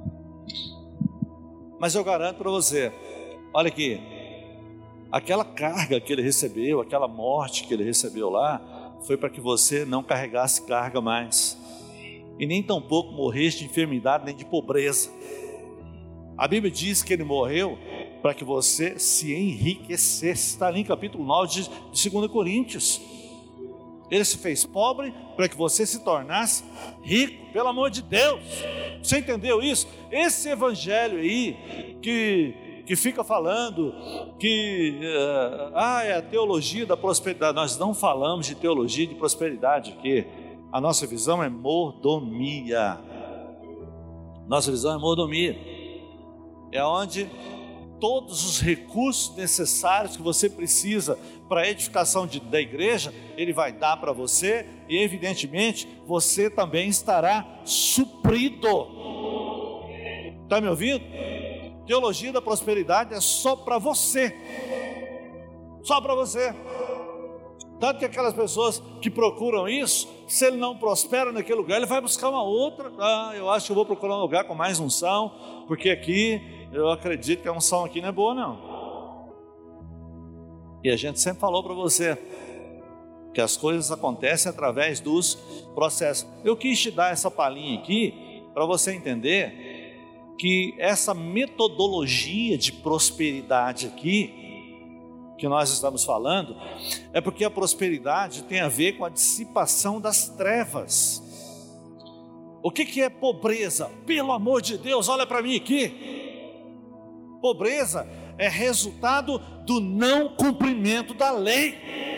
Mas eu garanto para você, olha aqui, aquela carga que ele recebeu, aquela morte que ele recebeu lá, foi para que você não carregasse carga mais, e nem tampouco morresse de enfermidade, nem de pobreza. A Bíblia diz que ele morreu para que você se enriquecesse, está ali em capítulo 9 de 2 Coríntios. Ele se fez pobre para que você se tornasse rico, pelo amor de Deus. Você entendeu isso? Esse evangelho aí, que fica falando que é a teologia da prosperidade. Nós não falamos de teologia de prosperidade aqui. A nossa visão é mordomia. Nossa visão é mordomia. É onde todos os recursos necessários que você precisa para a edificação da igreja, Ele vai dar para você, e evidentemente você também estará suprido. Está me ouvindo? Teologia da prosperidade é só para você, só para você. Tanto que aquelas pessoas que procuram isso, se ele não prospera naquele lugar, ele vai buscar uma outra. Eu acho que eu vou procurar um lugar com mais unção, porque aqui eu acredito que a unção aqui não é boa, não. E a gente sempre falou para você que as coisas acontecem através dos processos. Eu quis te dar essa palhinha aqui para você entender que essa metodologia de prosperidade aqui que nós estamos falando é porque a prosperidade tem a ver com a dissipação das trevas. O que é pobreza? Pelo amor de Deus, olha para mim aqui. Pobreza é resultado do não cumprimento da lei.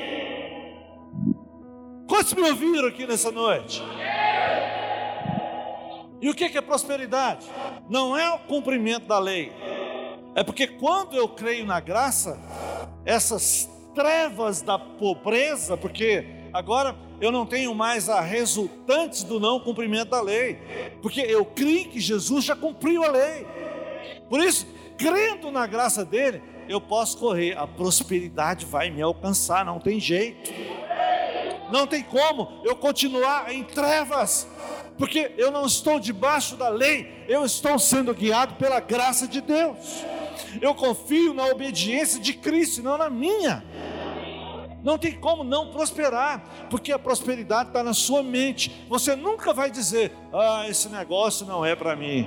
Quantos me ouviram aqui nessa noite? E o que é prosperidade? Não é o cumprimento da lei. É porque quando eu creio na graça, essas trevas da pobreza, porque agora eu não tenho mais a resultante do não cumprimento da lei, porque eu creio que Jesus já cumpriu a lei. Por isso, crendo na graça dele, eu posso correr, a prosperidade vai me alcançar, não tem jeito. Não tem como eu continuar em trevas, porque eu não estou debaixo da lei, eu estou sendo guiado pela graça de Deus. Eu confio na obediência de Cristo, não na minha. Não tem como não prosperar, porque a prosperidade está na sua mente. Você nunca vai dizer: esse negócio não é para mim.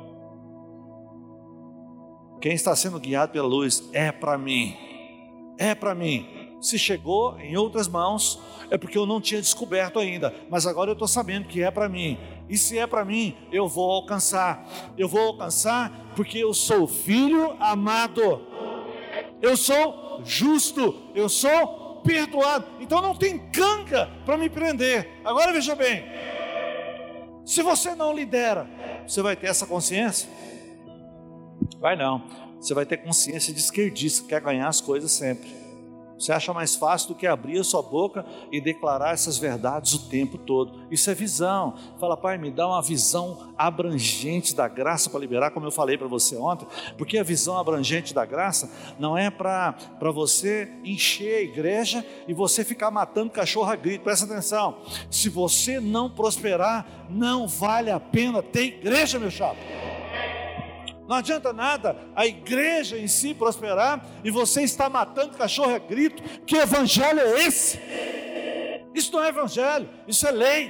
Quem está sendo guiado pela luz é para mim. É para mim. Se chegou em outras mãos, é porque eu não tinha descoberto ainda, mas agora eu estou sabendo que é para mim. E se é para mim, eu vou alcançar. Eu vou alcançar porque eu sou filho amado. Eu sou justo. Eu sou perdoado. Então não tem canga para me prender. Agora veja bem, se você não lidera, você vai ter essa consciência? Vai não. Você vai ter consciência de esquerdista, que quer ganhar as coisas sempre. Você acha mais fácil do que abrir a sua boca e declarar essas verdades o tempo todo. Isso é visão. Fala: Pai, me dá uma visão abrangente da graça para liberar, como eu falei para você ontem. Porque a visão abrangente da graça não é para você encher a igreja e você ficar matando cachorro a grito. Presta atenção, se você não prosperar, não vale a pena ter igreja, meu chapa. Não adianta nada a igreja em si prosperar e você está matando cachorro a grito. Que evangelho é esse? Isso não é evangelho, isso é lei.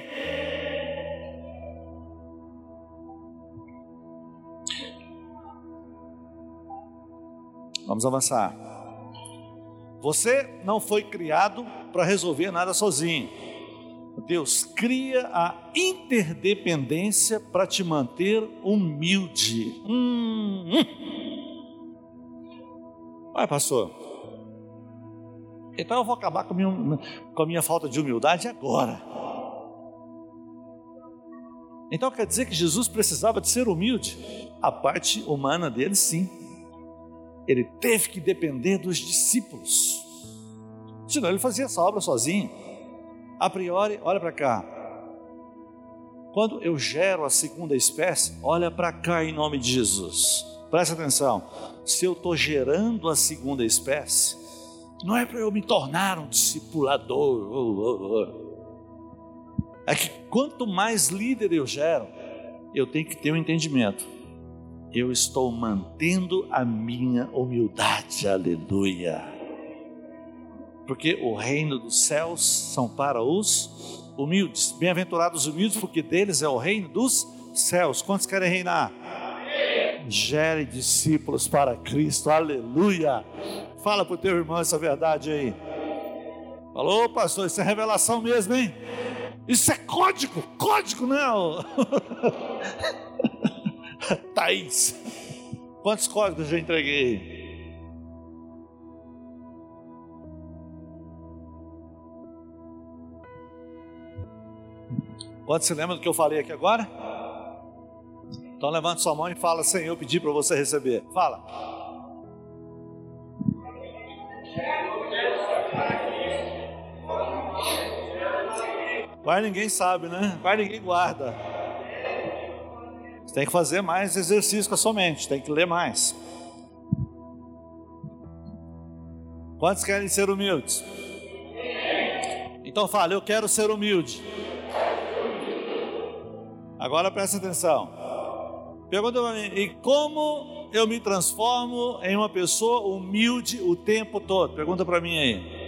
Vamos avançar. Você não foi criado para resolver nada sozinho. Deus cria a interdependência para te manter humilde. Olha, pastor, então eu vou acabar com a minha falta de humildade agora. Então quer dizer que Jesus precisava de ser humilde? A parte humana dele, sim. Ele teve que depender dos discípulos, senão ele fazia essa obra sozinho. A priori, olha para cá, quando eu gero a segunda espécie, olha para cá em nome de Jesus, presta atenção. Se eu estou gerando a segunda espécie, não é para eu me tornar um discipulador. É que quanto mais líder eu gero, eu tenho que ter um entendimento. Eu estou mantendo a minha humildade, aleluia. Porque o reino dos céus são para os humildes. Bem-aventurados os humildes, porque deles é o reino dos céus. Quantos querem reinar? Gere discípulos para Cristo, aleluia. Fala para o teu irmão essa verdade aí. Falou, pastor, isso é revelação mesmo, hein? Isso é código não. Thaís, quantos códigos eu já entreguei? Quantos se lembram do que eu falei aqui agora? Então levante sua mão e fala, Senhor, eu pedi para você receber. Fala. Quase ninguém sabe, né? Quase ninguém guarda. Você tem que fazer mais exercício com a sua mente, tem que ler mais. Quantos querem ser humildes? Então fala, eu quero ser humilde. Agora presta atenção. Pergunta para mim, e como eu me transformo em uma pessoa humilde o tempo todo? Pergunta para mim aí.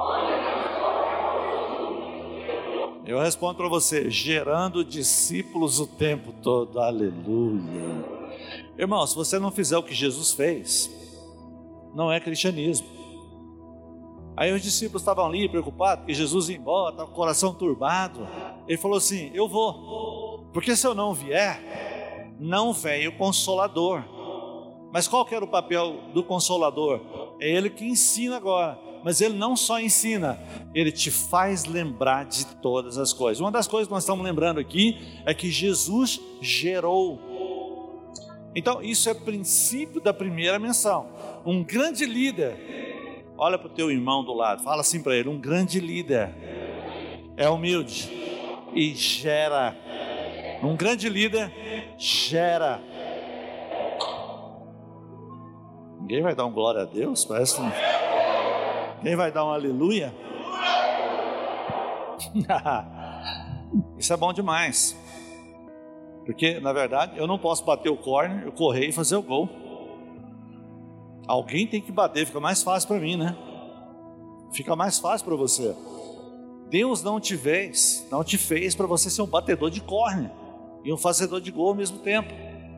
Eu respondo para você, gerando discípulos o tempo todo, aleluia. Irmão, se você não fizer o que Jesus fez, não é cristianismo. Aí os discípulos estavam ali preocupados, porque Jesus ia embora, estava com o coração turbado. Ele falou assim, eu vou, porque se eu não vier, não vem o Consolador. Mas qual que era o papel do Consolador? É ele que ensina agora. Mas ele não só ensina, ele te faz lembrar de todas as coisas. Uma das coisas que nós estamos lembrando aqui é que Jesus gerou. Então isso é princípio da primeira menção. Um grande líder, olha para o teu irmão do lado, fala assim para ele, um grande líder é humilde e gera. Um grande líder gera. Ninguém vai dar um glória a Deus? Parece um... Quem vai dar um aleluia? Isso é bom demais. Porque, na verdade, eu não posso bater o corner, eu correr e fazer o gol. Alguém tem que bater, fica mais fácil para mim, né? Fica mais fácil para você. Deus não te fez para você ser um batedor de corner e um fazedor de gol ao mesmo tempo.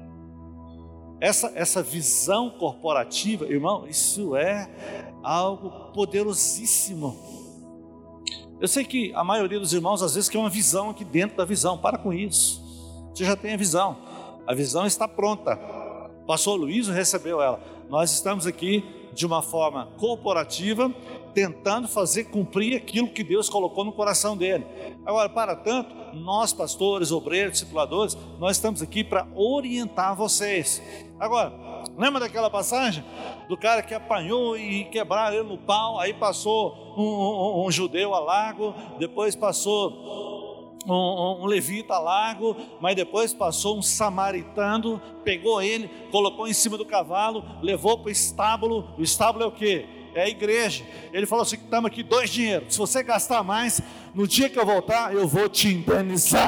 Essa visão corporativa, irmão, isso é algo poderosíssimo. Eu sei que a maioria dos irmãos às vezes quer uma visão aqui dentro da visão. Para com isso. Você já tem a visão está pronta. O pastor Luiz recebeu ela. Nós estamos aqui de uma forma corporativa, tentando fazer cumprir aquilo que Deus colocou no coração dele. Agora, para tanto, nós pastores, obreiros, discipuladores, nós estamos aqui para orientar vocês. Agora, lembra daquela passagem do cara que apanhou e quebraram ele no pau, aí passou um judeu a largo, depois passou um levita a largo, mas depois passou um samaritano, pegou ele, colocou em cima do cavalo, levou para o estábulo. O estábulo é o quê? É a igreja. Ele falou assim, estamos aqui 2 dinheiros, se você gastar mais, no dia que eu voltar, eu vou te indenizar.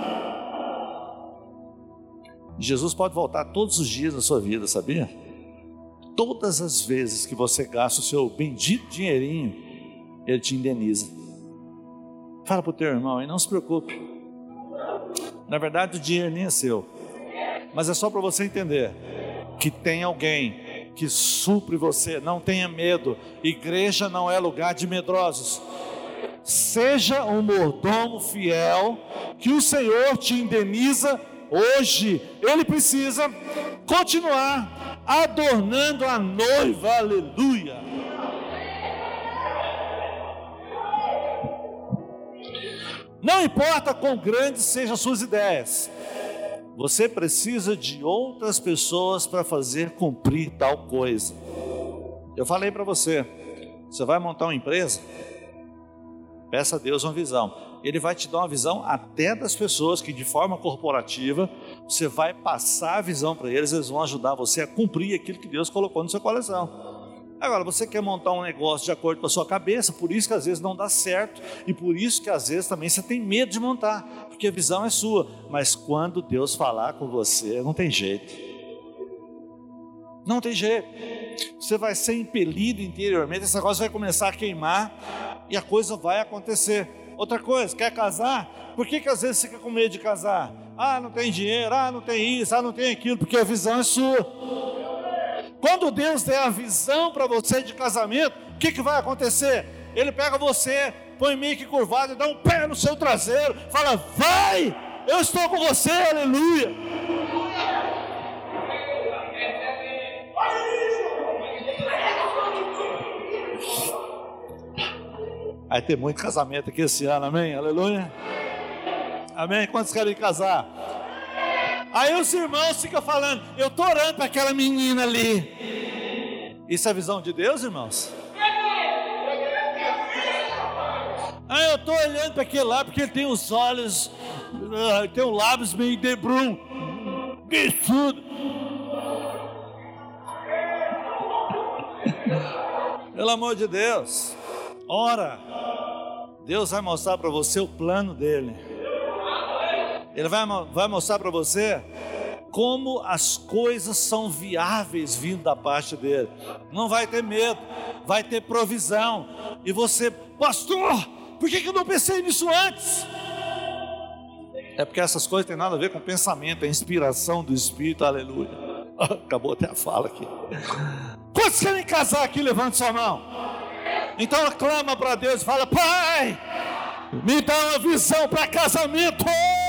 Jesus pode voltar todos os dias da sua vida, sabia? Todas as vezes que você gasta o seu bendito dinheirinho, Ele te indeniza. Fala para o teu irmão e não se preocupe. Na verdade o dinheiro nem é seu, mas é só para você entender que tem alguém que supre você. Não tenha medo. Igreja não é lugar de medrosos. Seja um mordomo fiel, que o Senhor te indeniza hoje. Ele precisa continuar adornando a noiva, aleluia. Não importa quão grandes sejam as suas ideias, você precisa de outras pessoas para fazer cumprir tal coisa. Eu falei para você, você vai montar uma empresa, peça a Deus uma visão. Ele vai te dar uma visão até das pessoas que de forma corporativa, você vai passar a visão para eles, eles vão ajudar você a cumprir aquilo que Deus colocou no seu coração. Agora, você quer montar um negócio de acordo com a sua cabeça, por isso que às vezes não dá certo, e por isso que às vezes também você tem medo de montar, porque a visão é sua, mas quando Deus falar com você, não tem jeito. Não tem jeito. Você vai ser impelido interiormente, esse negócio vai começar a queimar, e a coisa vai acontecer. Outra coisa, quer casar? Por que às vezes você fica com medo de casar? Ah, não tem dinheiro, ah, não tem isso, ah, não tem aquilo, porque a visão é sua. Quando Deus der a visão para você de casamento, o que vai acontecer? Ele pega você, põe meio que curvado e dá um pé no seu traseiro, fala, vai, eu estou com você, aleluia. Vai ter muito casamento aqui esse ano, amém? Aleluia. Amém? Quantos querem casar? Aí os irmãos ficam falando, eu estou orando para aquela menina ali. Isso é visão de Deus, irmãos? Ah, eu estou olhando para aquele lá, porque ele tem os olhos, tem os lábios meio de brum, bichudo. Pelo amor de Deus, ora, Deus vai mostrar para você o plano dele. Ele vai mostrar para você como as coisas são viáveis vindo da parte dele. Não vai ter medo, vai ter provisão. E você, pastor, por que eu não pensei nisso antes? É porque essas coisas têm nada a ver com pensamento, é inspiração do Espírito, aleluia. Acabou até a fala aqui. Quantos querem casar aqui? Levante sua mão. Então clama para Deus e fala, Pai, me dá uma visão para casamento.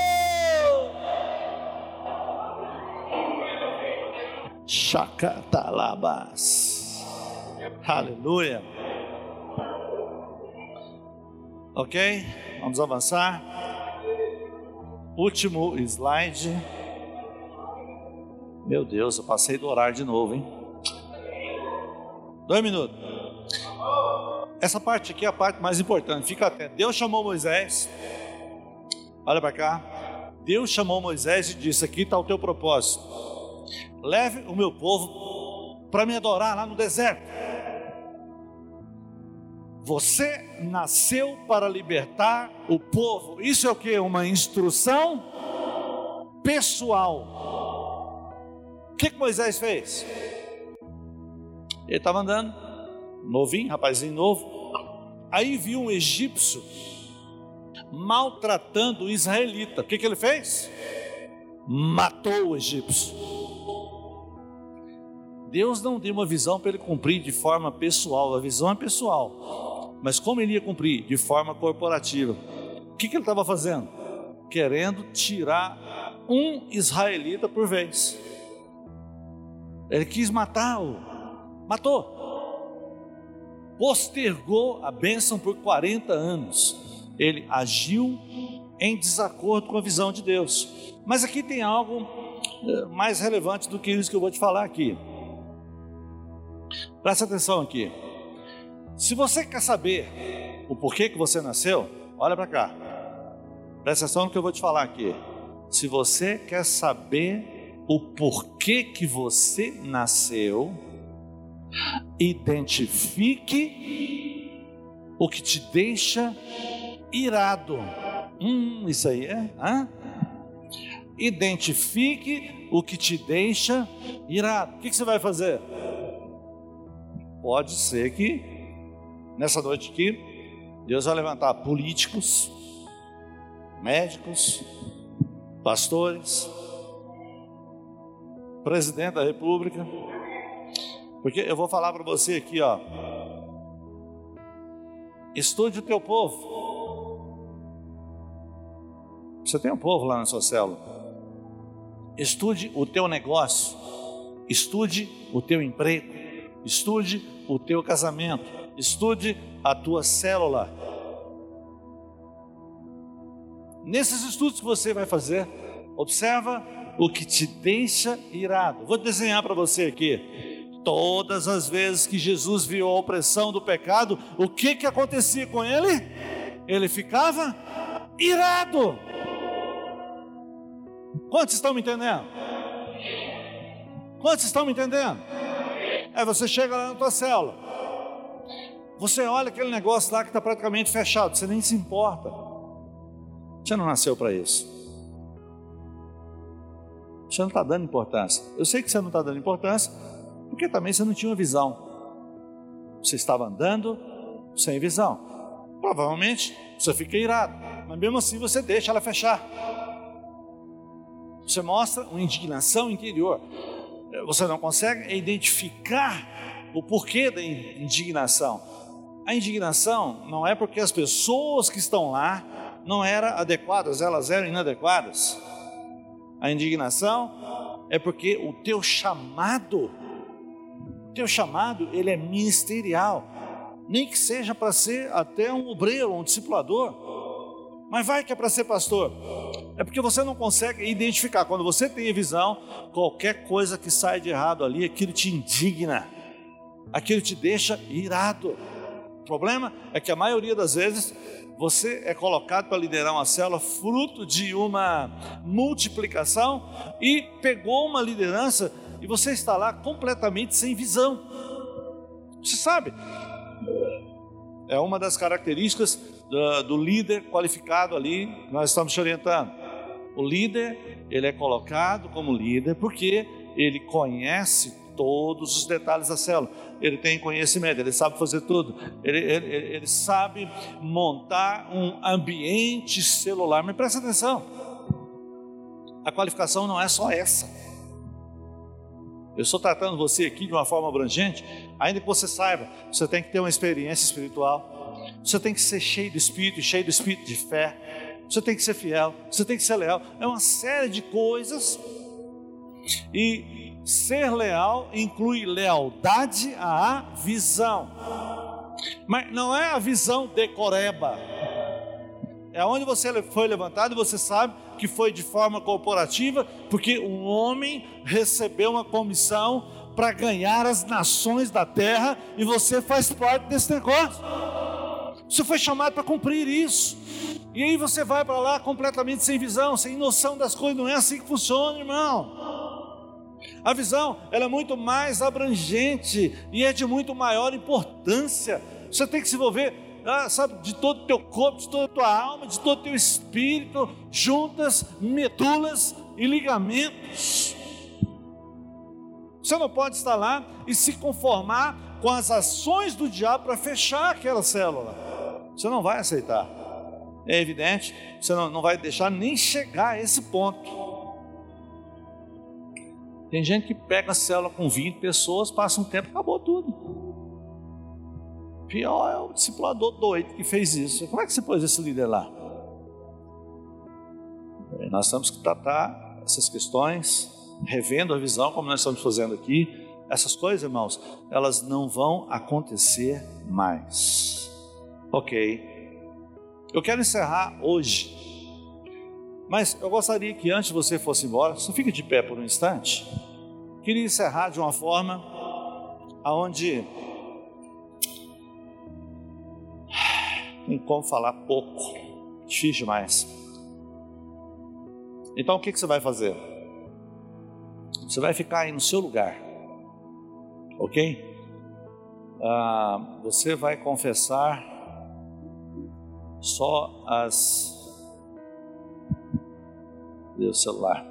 Chacatalabas. Aleluia. Ok? Vamos avançar. Último slide. Meu Deus, eu passei do horário de novo, hein? 2 minutos. Essa parte aqui é a parte mais importante. Fica atento. Deus chamou Moisés. Olha para cá. Deus chamou Moisés e disse, aqui está o teu propósito. Leve o meu povo para me adorar lá no deserto. Você nasceu para libertar o povo. Isso é o que? Uma instrução pessoal. O que Moisés fez? Ele estava andando, novinho, rapazinho novo. Aí viu um egípcio maltratando o israelita. O que ele fez? Matou o egípcio. Deus não deu uma visão para ele cumprir de forma pessoal, a visão é pessoal, mas como ele ia cumprir? De forma corporativa. O que ele estava fazendo? Querendo tirar um israelita por vez. Ele quis matá-lo, matou, postergou a bênção por 40 anos, ele agiu em desacordo com a visão de Deus. Mas aqui tem algo mais relevante do que isso que eu vou te falar aqui. Presta atenção aqui. Se você quer saber o porquê que você nasceu, olha para cá. Presta atenção no que eu vou te falar aqui. Se você quer saber o porquê que você nasceu, identifique o que te deixa irado. Isso aí é? Identifique o que te deixa irado. O que você vai fazer? Pode ser que nessa noite aqui Deus vai levantar políticos, médicos, pastores, presidente da república, porque eu vou falar para você aqui, ó, estude o teu povo. Você tem um povo lá na sua célula. Estude o teu negócio. Estude o teu emprego, estude o teu casamento, estude a tua célula. Nesses estudos que você vai fazer, observa o que te deixa irado. Vou desenhar para você aqui. Todas as vezes que Jesus viu a opressão do pecado, o que acontecia com ele? Ele ficava irado. Quantos estão me entendendo? Quantos estão me entendendo? Você chega lá na tua célula, você olha aquele negócio lá que está praticamente fechado, você nem se importa. Você não nasceu para isso. Você não está dando importância. Eu sei que você não está dando importância, porque também você não tinha uma visão. Você estava andando sem visão. Provavelmente você fica irado, mas mesmo assim você deixa ela fechar. Você mostra uma indignação interior. Você não consegue identificar o porquê da indignação. A indignação não é porque as pessoas que estão lá não eram adequadas, elas eram inadequadas. A indignação é porque o teu chamado, ele é ministerial. Nem que seja para ser até um obreiro, um discipulador. Mas vai que é para ser pastor. É porque você não consegue identificar. Quando você tem visão, qualquer coisa que sai de errado ali, aquilo te indigna, aquilo te deixa irado. O problema é que a maioria das vezes você é colocado para liderar uma célula fruto de uma multiplicação e pegou uma liderança e você está lá completamente sem visão. Você sabe, é uma das características do líder qualificado ali, nós estamos te orientando. O líder, ele é colocado como líder porque ele conhece todos os detalhes da célula, ele tem conhecimento, ele sabe fazer tudo, ele sabe montar um ambiente celular. Mas presta atenção, a qualificação não é só essa. Eu estou tratando você aqui de uma forma abrangente. Ainda que você saiba, você tem que ter uma experiência espiritual, você tem que ser cheio do Espírito de fé, você tem que ser fiel, você tem que ser leal. É uma série de coisas. E ser leal inclui lealdade à visão. Mas não é a visão decoreba. É onde você foi levantado e você sabe que foi de forma corporativa, porque um homem recebeu uma comissão para ganhar as nações da terra e você faz parte desse negócio. Você foi chamado para cumprir isso. E aí você vai para lá completamente sem visão, sem noção das coisas. Não é assim que funciona, irmão. A visão, ela é muito mais abrangente e é de muito maior importância. Você tem que se envolver, sabe, de todo o teu corpo, de toda a tua alma, de todo o teu espírito, juntas, medulas e ligamentos. Você não pode estar lá e se conformar com as ações do diabo para fechar aquela célula. Você não vai aceitar. É evidente, você não vai deixar nem chegar a esse ponto. Tem gente que pega a célula com 20 pessoas, passa um tempo e acabou tudo. Pior é o discipulador doido que fez isso. Como é que você pôs esse líder lá? Nós temos que tratar essas questões, revendo a visão, como nós estamos fazendo aqui. Essas coisas, irmãos, elas não vão acontecer mais. Ok. Eu quero encerrar hoje, mas eu gostaria que antes de você fosse embora, você fique de pé por um instante. Queria encerrar de uma forma aonde tem como falar pouco, difícil demais. Então o que você vai fazer? Você vai ficar aí no seu lugar, ok? Você vai confessar só as... Deu o celular.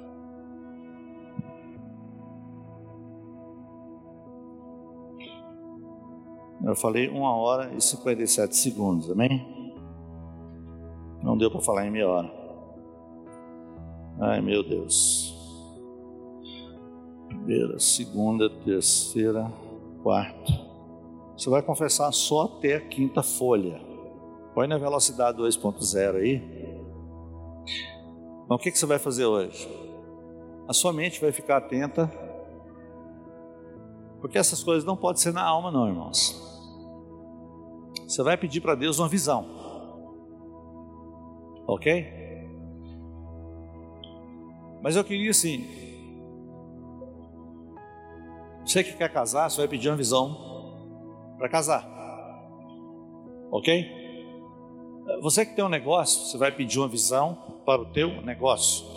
Eu falei 1 hora e 57 segundos, amém? Não deu para falar em meia hora. Ai, meu Deus. Primeira, segunda, terceira, quarta. Você vai confessar só até a 5ª folha. Põe na velocidade 2.0 aí. Então o que você vai fazer hoje? A sua mente vai ficar atenta Porque essas coisas não podem ser na alma não, irmãos. Você vai pedir para Deus uma visão. Ok? Mas eu queria assim, você que quer casar, você vai pedir uma visão para casar. Ok? Você que tem um negócio, você vai pedir uma visão para o teu negócio.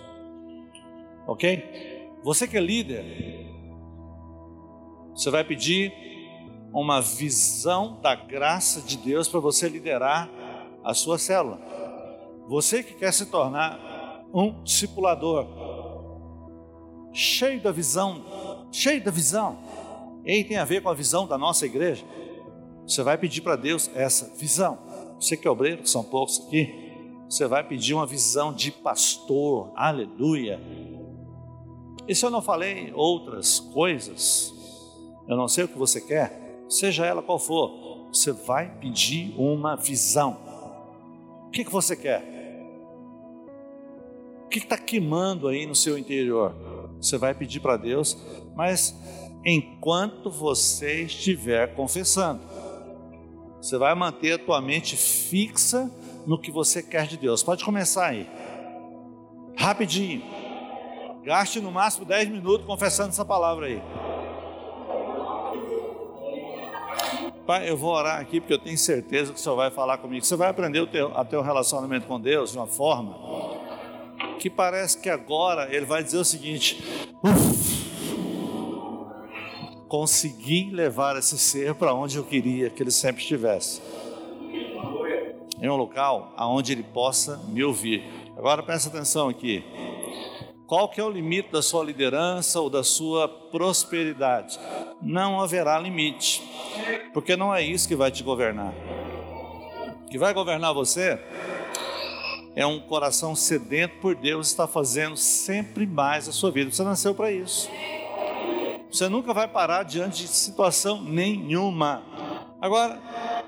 Ok? Você que é líder, você vai pedir uma visão da graça de Deus para você liderar a sua célula. Você que quer se tornar um discipulador, cheio da visão, e aí tem a ver com a visão da nossa igreja, você vai pedir para Deus essa visão. Você que é obreiro, que são poucos aqui, você vai pedir uma visão de pastor, aleluia. E se eu não falei outras coisas, eu não sei o que você quer, seja ela qual for, você vai pedir uma visão. O que você quer? O que está queimando aí no seu interior? Você vai pedir para Deus, mas enquanto você estiver confessando, você vai manter a tua mente fixa no que você quer de Deus. Pode começar aí, rapidinho. Gaste no máximo 10 minutos confessando essa palavra aí. Pai, eu vou orar aqui porque eu tenho certeza que o Senhor vai falar comigo. Você vai aprender a ter um relacionamento com Deus de uma forma que parece que agora Ele vai dizer o seguinte: consegui levar esse ser para onde eu queria que ele sempre estivesse, em um local aonde ele possa me ouvir. Agora presta atenção aqui. Qual que é o limite da sua liderança ou da sua prosperidade? Não haverá limite, porque não é isso que vai te governar. O que vai governar você é um coração sedento por Deus, está fazendo sempre mais a sua vida. Você nasceu para isso. Você nunca vai parar diante de situação nenhuma. Agora,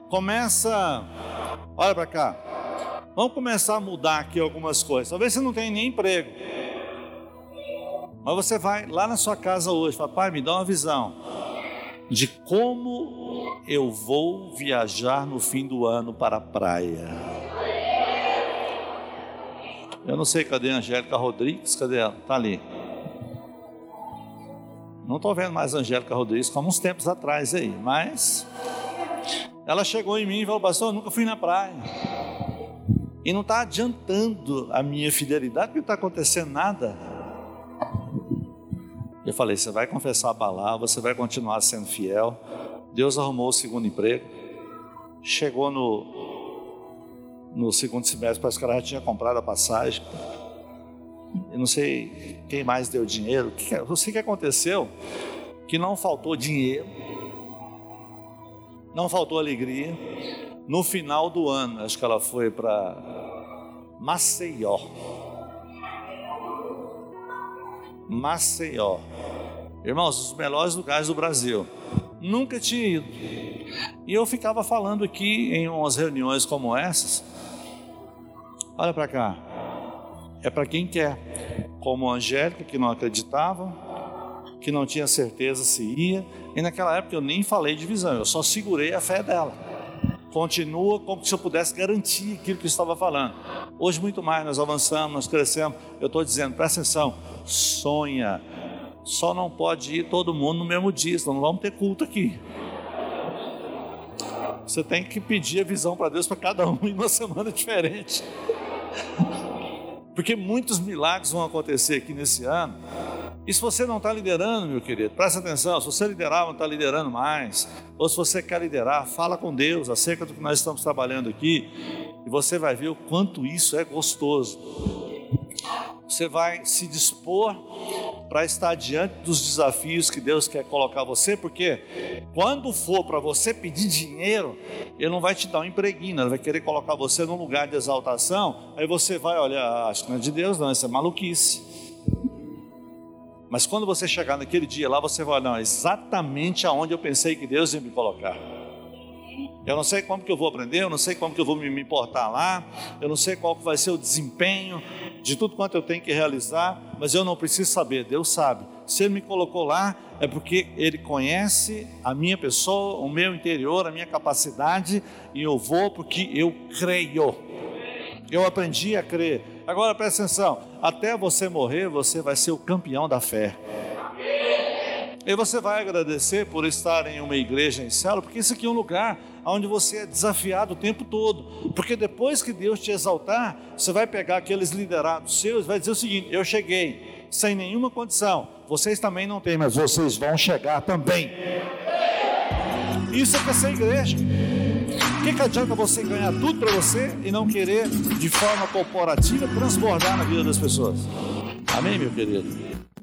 olha para cá. Vamos começar a mudar aqui algumas coisas. Talvez você não tenha nem emprego, mas você vai lá na sua casa hoje, fala: pai, me dá uma visão de como eu vou viajar no fim do ano para a praia. Eu não sei, cadê a Angélica Rodrigues? Cadê ela? Está ali. Não estou vendo mais a Angélica Rodrigues como uns tempos atrás aí, mas ela chegou em mim e falou: pastor, eu nunca fui na praia. E não está adiantando a minha fidelidade, porque não está acontecendo nada. Eu falei: você vai confessar a palavra, você vai continuar sendo fiel. Deus arrumou o segundo emprego. Chegou no segundo semestre, parece que ela já tinha comprado a passagem. Eu não sei quem mais deu dinheiro. Eu sei que aconteceu, que não faltou dinheiro, não faltou alegria. No final do ano, acho que ela foi para Maceió. Irmãos, os melhores lugares do Brasil. Nunca tinha ido. E eu ficava falando aqui em umas reuniões como essas: olha para cá, é para quem quer, como a Angélica, que não acreditava, que não tinha certeza se ia, e naquela época eu nem falei de visão, eu só segurei a fé dela. Continua como se eu pudesse garantir aquilo que eu estava falando. Hoje muito mais, nós avançamos, nós crescemos. Eu estou dizendo, presta atenção, sonha, só não pode ir todo mundo no mesmo dia, senão não vamos ter culto aqui. Você tem que pedir a visão para Deus para cada um em uma semana diferente. Porque muitos milagres vão acontecer aqui nesse ano. E se você não está liderando, meu querido, presta atenção, se você liderar, não está liderando mais, ou se você quer liderar, fala com Deus acerca do que nós estamos trabalhando aqui, e você vai ver o quanto isso é gostoso. Você vai se dispor para estar diante dos desafios que Deus quer colocar você, porque quando for para você pedir dinheiro, Ele não vai te dar um empreguinho, Ele vai querer colocar você num lugar de exaltação. Aí você vai olhar: acho que não é de Deus não, isso é maluquice. Mas quando você chegar naquele dia lá, você vai olhar: não, exatamente aonde eu pensei que Deus ia me colocar. Eu não sei como que eu vou aprender, eu não sei como que eu vou me portar lá, eu não sei qual que vai ser o desempenho de tudo quanto eu tenho que realizar, mas eu não preciso saber, Deus sabe. Se Ele me colocou lá, é porque Ele conhece a minha pessoa, o meu interior, a minha capacidade, e eu vou porque eu creio. Eu aprendi a crer. Agora presta atenção, até você morrer, você vai ser o campeão da fé. E você vai agradecer por estar em uma igreja em célula, porque isso aqui é um lugar onde você é desafiado o tempo todo. Porque depois que Deus te exaltar, você vai pegar aqueles liderados seus e vai dizer o seguinte: eu cheguei sem nenhuma condição, vocês também não têm, mas vocês vão chegar também. Isso é que é ser igreja. O que adianta você ganhar tudo para você e não querer, de forma corporativa, transbordar na vida das pessoas? Amém, meu querido?